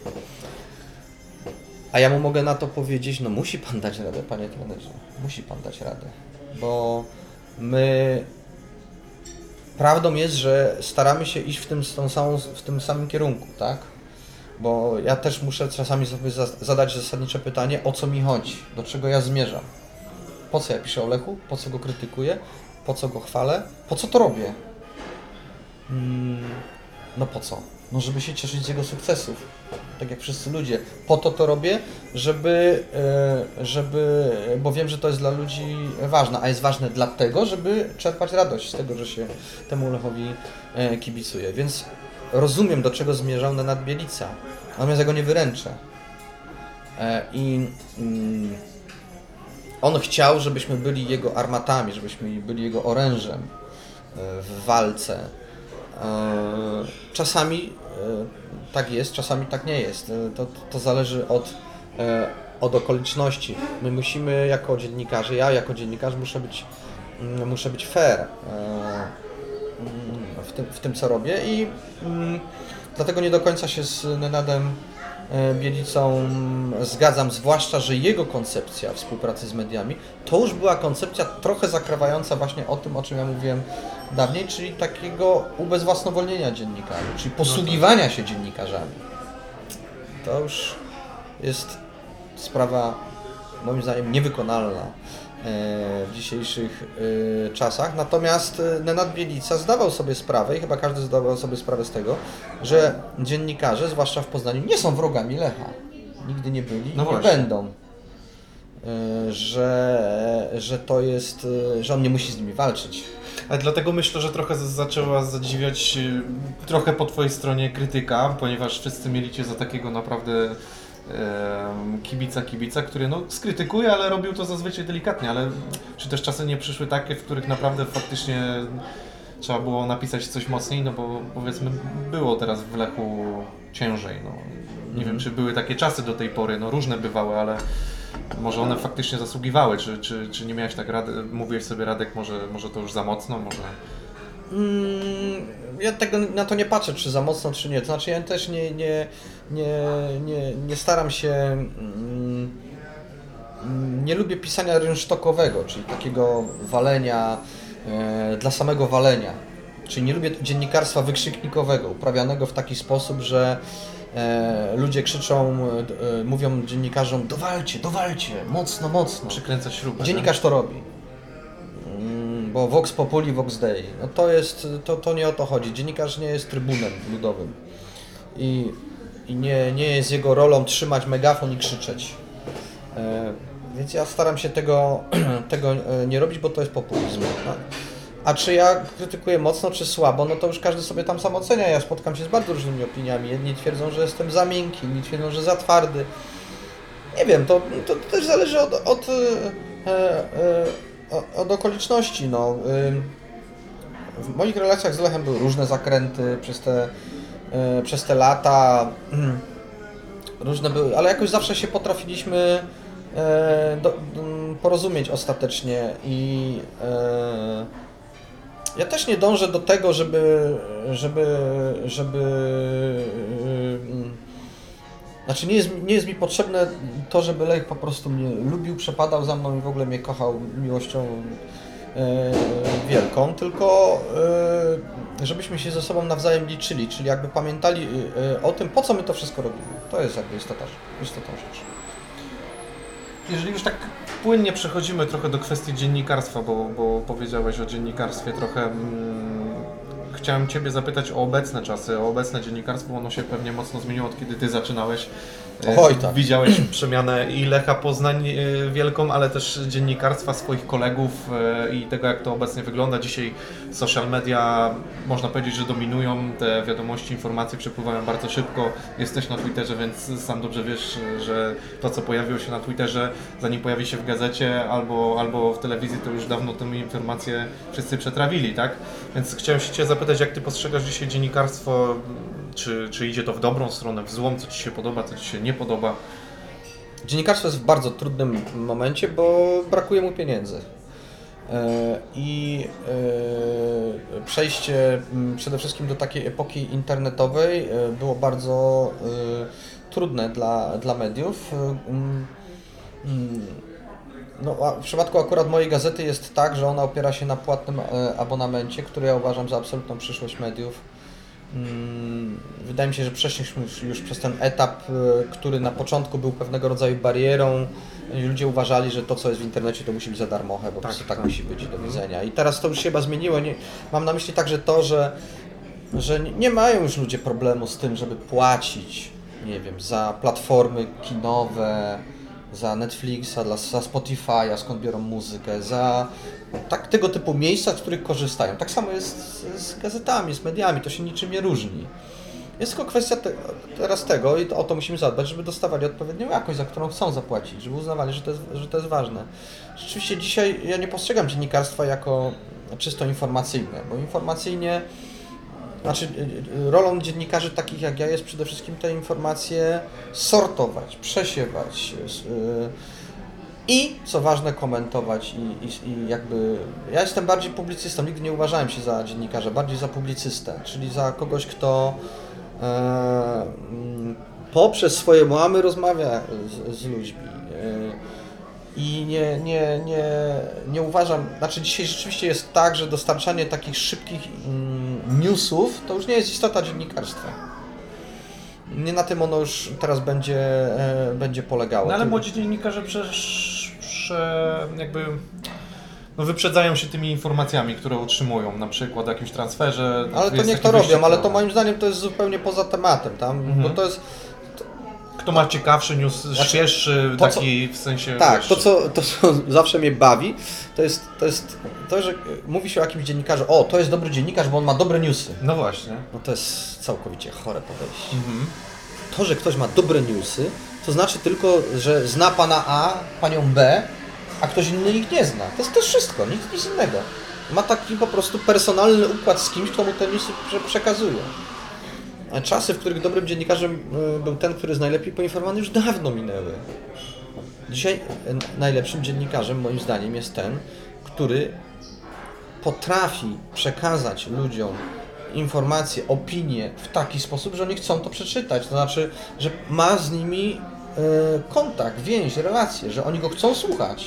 A ja mu mogę na to powiedzieć: no musi pan dać radę, panie trenerze, musi pan dać radę, bo my... Prawdą jest, że staramy się iść w tym, z tą samą, w tym samym kierunku, tak? Bo ja też muszę czasami sobie zadać zasadnicze pytanie, o co mi chodzi, do czego ja zmierzam. Po co ja piszę o Lechu, po co go krytykuję, po co go chwalę, po co to robię? Hmm, no po co? No żeby się cieszyć z jego sukcesów, tak jak wszyscy ludzie. Po to to robię, żeby, żeby, bo wiem, że to jest dla ludzi ważne, a jest ważne dlatego, żeby czerpać radość z tego, że się temu Lechowi kibicuje. Więc rozumiem, do czego zmierzał Nenad Bielica, natomiast ja go nie wyręczę. I on chciał, żebyśmy byli jego armatami, żebyśmy byli jego orężem w walce. Czasami tak jest, czasami tak nie jest. To, to zależy od, od okoliczności. My musimy jako dziennikarze, ja jako dziennikarz muszę być, muszę być fair w tym, w tym co robię i dlatego nie do końca się z Nenadem Bielicą zgadzam, zwłaszcza, że jego koncepcja współpracy z mediami to już była koncepcja trochę zakrywająca właśnie o tym, o czym ja mówiłem dawniej, czyli takiego ubezwłasnowolnienia dziennikarzy, czyli posługiwania się dziennikarzami. To już jest sprawa moim zdaniem niewykonalna w dzisiejszych czasach. Natomiast Nenad Bielica zdawał sobie sprawę i chyba każdy zdawał sobie sprawę z tego, że dziennikarze, zwłaszcza w Poznaniu, nie są wrogami Lecha. Nigdy nie byli i no nie właśnie. będą. Że, że to jest, że on nie musi z nimi walczyć. Ale dlatego myślę, że trochę zaczęła zadziwiać trochę po twojej stronie krytyka, ponieważ wszyscy mieli cię za takiego naprawdę kibica, kibica, który no skrytykuje, ale robił to zazwyczaj delikatnie, ale czy też czasy nie przyszły takie, w których naprawdę faktycznie trzeba było napisać coś mocniej, no bo powiedzmy było teraz w Lechu ciężej, no. Nie mm. wiem, czy były takie czasy do tej pory, no różne bywały, ale może one faktycznie zasługiwały, czy, czy, czy nie miałeś tak rady, mówiłeś sobie Radek, może, może to już za mocno, może... Mm, ja tego, na to nie patrzę, czy za mocno, czy nie. To znaczy ja też nie, nie, nie, nie, nie staram się, mm, nie lubię pisania rynsztokowego, czyli takiego walenia e, dla samego walenia. Czyli nie lubię dziennikarstwa wykrzyknikowego, uprawianego w taki sposób, że e, ludzie krzyczą, e, mówią dziennikarzom: dowalcie, dowalcie, mocno, mocno. Przykręca śrubę. Dziennikarz to robi. Bo Vox Populi, Vox Dei. No to jest, to, to nie o to chodzi. Dziennikarz nie jest trybunem ludowym. I, i nie, nie jest jego rolą trzymać megafon i krzyczeć. E, więc ja staram się tego, tego nie robić, bo to jest populizm. No. A czy ja krytykuję mocno, czy słabo, no to już każdy sobie tam sam ocenia. Ja spotkam się z bardzo różnymi opiniami. Jedni twierdzą, że jestem za miękki, inni twierdzą, że za twardy. Nie wiem, to, to też zależy od, od e, e, od okoliczności. No. W moich relacjach z Lechem były różne zakręty przez te, przez te lata. Różne były, ale jakoś zawsze się potrafiliśmy do, porozumieć ostatecznie i ja też nie dążę do tego, żeby, żeby, żeby Znaczy nie jest, nie jest mi potrzebne to, żeby Lech po prostu mnie lubił, przepadał za mną i w ogóle mnie kochał miłością e, wielką, tylko e, żebyśmy się ze sobą nawzajem liczyli, czyli jakby pamiętali e, o tym, po co my to wszystko robimy. To jest jakby istota, istotą rzeczy. Jeżeli już tak płynnie przechodzimy trochę do kwestii dziennikarstwa, bo, bo powiedziałeś o dziennikarstwie trochę, hmm, chciałem Ciebie zapytać o obecne czasy, o obecne dziennikarstwo. Ono się pewnie mocno zmieniło, od kiedy Ty zaczynałeś. Oj, tak. Widziałeś przemianę i Lecha Poznań wielką, ale też dziennikarstwa swoich kolegów i tego, jak to obecnie wygląda. Dzisiaj social media, można powiedzieć, że dominują. Te wiadomości, informacje przepływają bardzo szybko. Jesteś na Twitterze, więc sam dobrze wiesz, że to, co pojawiło się na Twitterze, zanim pojawi się w gazecie albo, albo w telewizji, to już dawno tę informację wszyscy przetrawili, tak? Więc chciałem się Cię zapytać, jak Ty postrzegasz dzisiaj dziennikarstwo? Czy, czy idzie to w dobrą stronę, w złą, co Ci się podoba, co Ci się nie podoba? Dziennikarstwo jest w bardzo trudnym momencie, bo brakuje mu pieniędzy. I przejście przede wszystkim do takiej epoki internetowej było bardzo trudne dla, dla mediów. No, a w przypadku akurat mojej gazety jest tak, że ona opiera się na płatnym abonamencie, który ja uważam za absolutną przyszłość mediów. Wydaje mi się, że przeszliśmy już przez ten etap, który na początku był pewnego rodzaju barierą. Ludzie uważali, że to, co jest w internecie, to musi być za darmochę, bo tak, po prostu tak, tak musi być do widzenia. I teraz to już się chyba zmieniło. Nie, mam na myśli także to, że, że nie mają już ludzie problemu z tym, żeby płacić, nie wiem, za platformy kinowe, za Netflixa, dla, za Spotify'a, skąd biorą muzykę, za tak, tego typu miejsca, z których korzystają. Tak samo jest z, z gazetami, z mediami, to się niczym nie różni. Jest tylko kwestia te, teraz tego i to, o to musimy zadbać, żeby dostawali odpowiednią jakość, za którą chcą zapłacić, żeby uznawali, że to jest, że to jest ważne. Rzeczywiście dzisiaj ja nie postrzegam dziennikarstwa jako czysto informacyjne, bo informacyjnie, znaczy rolą dziennikarzy takich jak ja jest przede wszystkim te informacje sortować, przesiewać yy, i co ważne komentować i, i, i jakby ja jestem bardziej publicystą, nigdy nie uważałem się za dziennikarza, bardziej za publicystę, czyli za kogoś, kto e, poprzez swoje łamy rozmawia z, z ludźmi. E, I nie, nie, nie, nie uważam, znaczy dzisiaj rzeczywiście jest tak, że dostarczanie takich szybkich mm, newsów to już nie jest istota dziennikarstwa. Nie na tym ono już teraz będzie, e, będzie polegało. No ale młodzi dziennikarze przecież prze, jakby no wyprzedzają się tymi informacjami, które otrzymują, na przykład o jakimś transferze. Ale to niech to robią, ale to moim zdaniem to jest zupełnie poza tematem, tam, mhm. bo to jest... Kto ma ciekawszy news, znaczy, świeższy, to, taki w sensie... Tak, wiesz, to co, to co zawsze mnie bawi, to jest, to jest to, że mówi się o jakimś dziennikarzu, o, to jest dobry dziennikarz, bo on ma dobre newsy. No właśnie. No to jest całkowicie chore podejście. Mhm. To, że ktoś ma dobre newsy, to znaczy tylko, że zna pana A, panią B, a ktoś inny ich nie zna. To jest też wszystko, nic, nic innego. Ma taki po prostu personalny układ z kimś, kto mu te newsy przekazuje. Czasy, w których dobrym dziennikarzem był ten, który jest najlepiej poinformowany, już dawno minęły. Dzisiaj najlepszym dziennikarzem, moim zdaniem, jest ten, który potrafi przekazać ludziom informacje, opinie w taki sposób, że oni chcą to przeczytać. To znaczy, że ma z nimi kontakt, więź, relacje, że oni go chcą słuchać.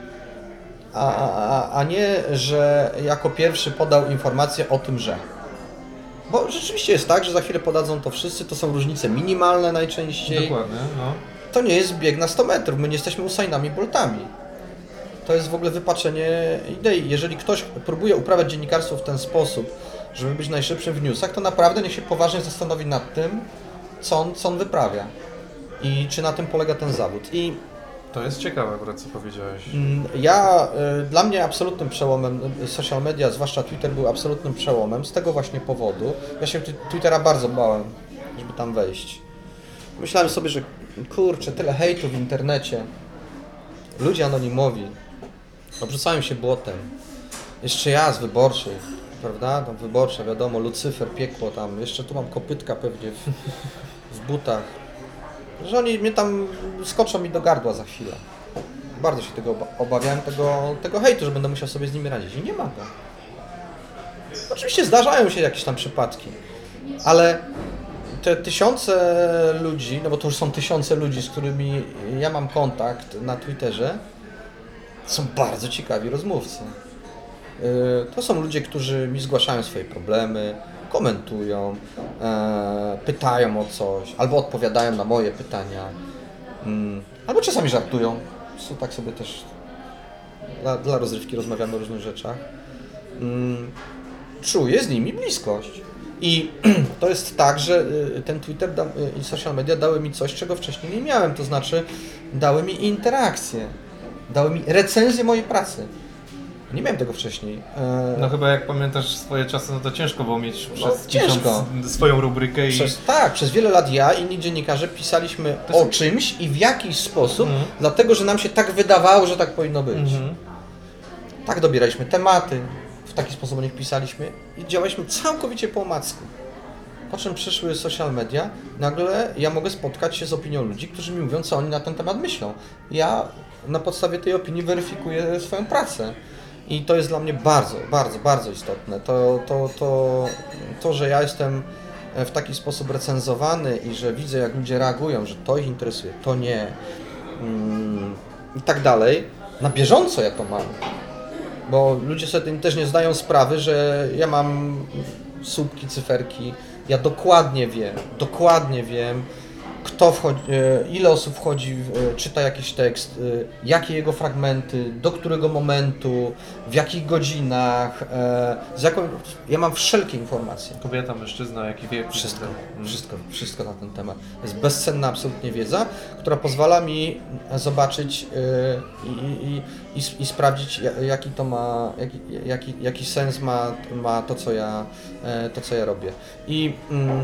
A, a, a nie, że jako pierwszy podał informację o tym, że... Bo rzeczywiście jest tak, że za chwilę podadzą to wszyscy, to są różnice minimalne najczęściej. Dokładnie, no. To nie jest bieg na sto metrów, my nie jesteśmy Usainami Boltami. To jest w ogóle wypaczenie idei. Jeżeli ktoś próbuje uprawiać dziennikarstwo w ten sposób, żeby być najszybszym w newsach, to naprawdę niech się poważnie zastanowi nad tym, co on, co on wyprawia i czy na tym polega ten zawód. I to jest ciekawe akurat, co powiedziałeś. Ja, dla mnie absolutnym przełomem, social media, zwłaszcza Twitter, był absolutnym przełomem z tego właśnie powodu. Ja się Twittera bardzo bałem, żeby tam wejść. Myślałem sobie, że kurczę, tyle hejtu w internecie. Ludzie anonimowi obrzucają się błotem. Jeszcze ja z Wyborczej, prawda? Tam Wyborcza, wiadomo, Lucyfer, piekło tam. Jeszcze tu mam kopytka pewnie w, w butach. Że oni mnie tam skoczą mi do gardła za chwilę. Bardzo się tego obawiałem, tego, tego hejtu, że będę musiał sobie z nimi radzić. I nie ma go. Oczywiście zdarzają się jakieś tam przypadki, ale te tysiące ludzi, no bo to już są tysiące ludzi, z którymi ja mam kontakt na Twitterze, są bardzo ciekawi rozmówcy. To są ludzie, którzy mi zgłaszają swoje problemy, komentują, e, pytają o coś, albo odpowiadają na moje pytania, mm, albo czasami żartują. So, tak sobie też dla, dla rozrywki rozmawiamy o różnych rzeczach. Mm, czuję z nimi bliskość. I to jest tak, że ten Twitter da, i social media dały mi coś, czego wcześniej nie miałem, to znaczy dały mi interakcję, dały mi recenzję mojej pracy. Nie miałem tego wcześniej. No chyba jak pamiętasz swoje czasy, no to ciężko było mieć No, przez ciężko. miesiąc swoją rubrykę i... Przez, tak, przez wiele lat ja i inni dziennikarze pisaliśmy To jest- o czymś i w jakiś sposób, Mhm. dlatego że nam się tak wydawało, że tak powinno być. Mhm. Tak dobieraliśmy tematy, w taki sposób o nich pisaliśmy i działaliśmy całkowicie po omacku. Po czym przyszły social media, nagle ja mogę spotkać się z opinią ludzi, którzy mi mówią, co oni na ten temat myślą. Ja na podstawie tej opinii weryfikuję swoją pracę. I to jest dla mnie bardzo, bardzo, bardzo istotne. To, to, to, to, że ja jestem w taki sposób recenzowany i że widzę, jak ludzie reagują, że to ich interesuje, to nie mm, i tak dalej. Na bieżąco ja to mam. Bo ludzie sobie tym też nie zdają sprawy, że ja mam słupki, cyferki. Ja dokładnie wiem, dokładnie wiem, kto wchodzi, ile osób wchodzi, czyta jakiś tekst, jakie jego fragmenty, do którego momentu, w jakich godzinach, z jaką... Ja mam wszelkie informacje. Kobieta, mężczyzna, jaki wiek. Wszystko, Mhm. wszystko, wszystko na ten temat. To jest bezcenna absolutnie wiedza, która pozwala mi zobaczyć i, i, i, i sprawdzić, jaki to ma, jaki, jaki, jaki sens ma, ma to, co ja, to, co ja robię. I mm,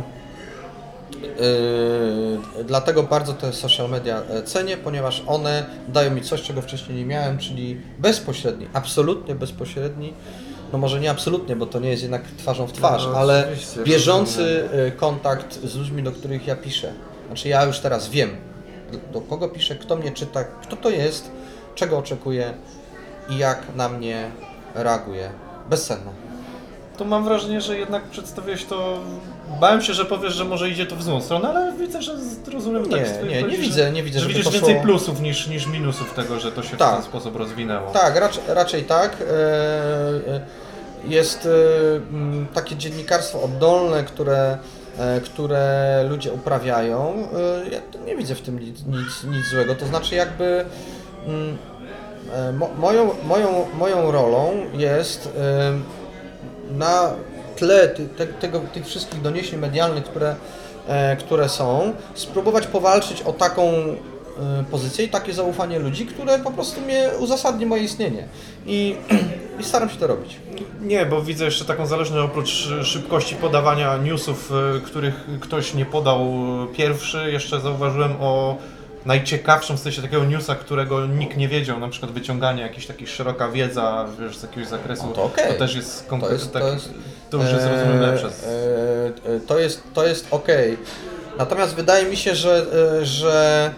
Yy, dlatego bardzo te social media cenię, ponieważ one dają mi coś, czego wcześniej nie miałem, czyli bezpośredni, absolutnie bezpośredni, no może nie absolutnie, bo to nie jest jednak twarzą w twarz, No, ale oczywiście, bieżący rozumiem. Kontakt z ludźmi, do których ja piszę. Znaczy ja już teraz wiem, do kogo piszę, kto mnie czyta, kto to jest, czego oczekuje i jak na mnie reaguje. Bezcenne. To mam wrażenie, że jednak przedstawiłeś to... Bałem się, że powiesz, że może idzie to w złą stronę, ale widzę, że rozumiem Nie, tak z twojej nie, nie wypowiedzi, widzę, że, nie widzę, że żeby widzisz to więcej szło- plusów niż, niż minusów tego, że to się Tak. w ten sposób rozwinęło. Tak, raczej, raczej tak. E, e, Jest e, m, takie dziennikarstwo oddolne, które, e, które ludzie uprawiają. E, Ja tu nie widzę w tym nic, nic, nic złego. To znaczy jakby mm, e, mo, moją, moją, moją rolą jest e, na tle ty, te, tego, tych wszystkich doniesień medialnych, które, e, które są, spróbować powalczyć o taką e, pozycję i takie zaufanie ludzi, które po prostu mnie uzasadni moje istnienie. I, i staram się to robić. Nie, bo widzę jeszcze taką zależność oprócz szybkości podawania newsów, y, których ktoś nie podał pierwszy, jeszcze zauważyłem o najciekawszym w sensie takiego newsa, którego nikt nie wiedział, na przykład wyciąganie jakiejś takiej szeroka wiedza, wiesz, z jakiegoś zakresu. No to okej. To też jest To konkretnie jest, taki, to jest, to już jest rozumiem e, lepsze. e, e, to jest, to jest okej. Natomiast wydaje mi się, że, e, że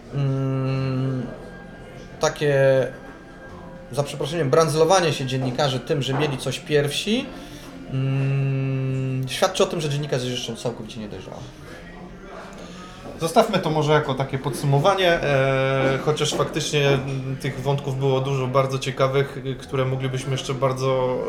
mm, takie, za przeproszeniem, brandzlowanie się dziennikarzy tym, że mieli coś pierwsi, mm, świadczy o tym, że dziennikarz jest jeszcze całkowicie niedojrzały. Zostawmy to może jako takie podsumowanie, e, chociaż faktycznie m, tych wątków było dużo bardzo ciekawych, y, które moglibyśmy jeszcze bardzo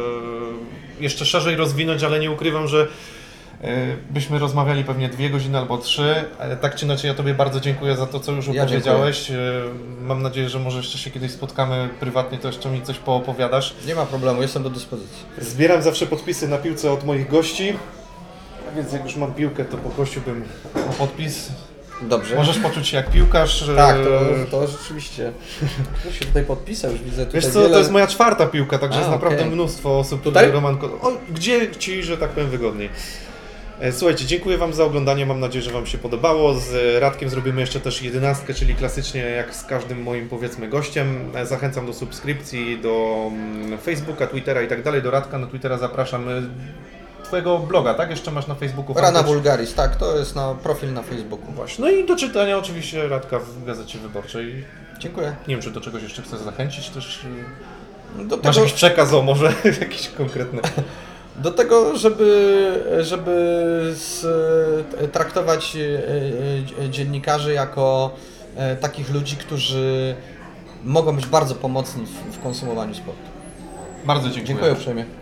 e, jeszcze szerzej rozwinąć, ale nie ukrywam, że e, byśmy rozmawiali pewnie dwie godziny albo trzy. E, tak czy inaczej ja Tobie bardzo dziękuję za to, co już Ja opowiedziałeś. E, mam nadzieję, że może jeszcze się kiedyś spotkamy prywatnie, to jeszcze mi coś poopowiadasz. Nie ma problemu, jestem do dyspozycji. Zbieram zawsze podpisy na piłce od moich gości, a więc jak już mam piłkę, to poprosiłbym o podpis. Dobrze. Możesz poczuć się jak piłkarz. Tak, e, to, to rzeczywiście. Ktoś się tutaj podpisał, już widzę tutaj Wiesz co, wiele... to jest moja czwarta piłka, także A, jest naprawdę okej. mnóstwo osób, Tutaj? które Roman... O, gdzie Ci, że tak powiem, wygodniej. E, Słuchajcie, dziękuję Wam za oglądanie, mam nadzieję, że Wam się podobało. Z Radkiem zrobimy jeszcze też jedenastkę, czyli klasycznie jak z każdym moim, powiedzmy, gościem. E, Zachęcam do subskrypcji, do mm, Facebooka, Twittera i tak dalej. Do Radka na Twittera zapraszam. E, Twojego bloga, tak? Jeszcze masz na Facebooku? Rana fanpage? Vulgaris, tak, to jest na profil na Facebooku. Właśnie. No i do czytania oczywiście Radka w Gazecie Wyborczej. Dziękuję. Nie wiem, czy do czegoś jeszcze chcesz zachęcić też. e, Do Masz tego, jakiś przekaz, o może jakiś konkretny. do tego żeby, żeby z, traktować e, e, dziennikarzy jako e, takich ludzi, którzy mogą być bardzo pomocni w, w konsumowaniu sportu. Bardzo dziękuję. Dziękuję uprzejmie.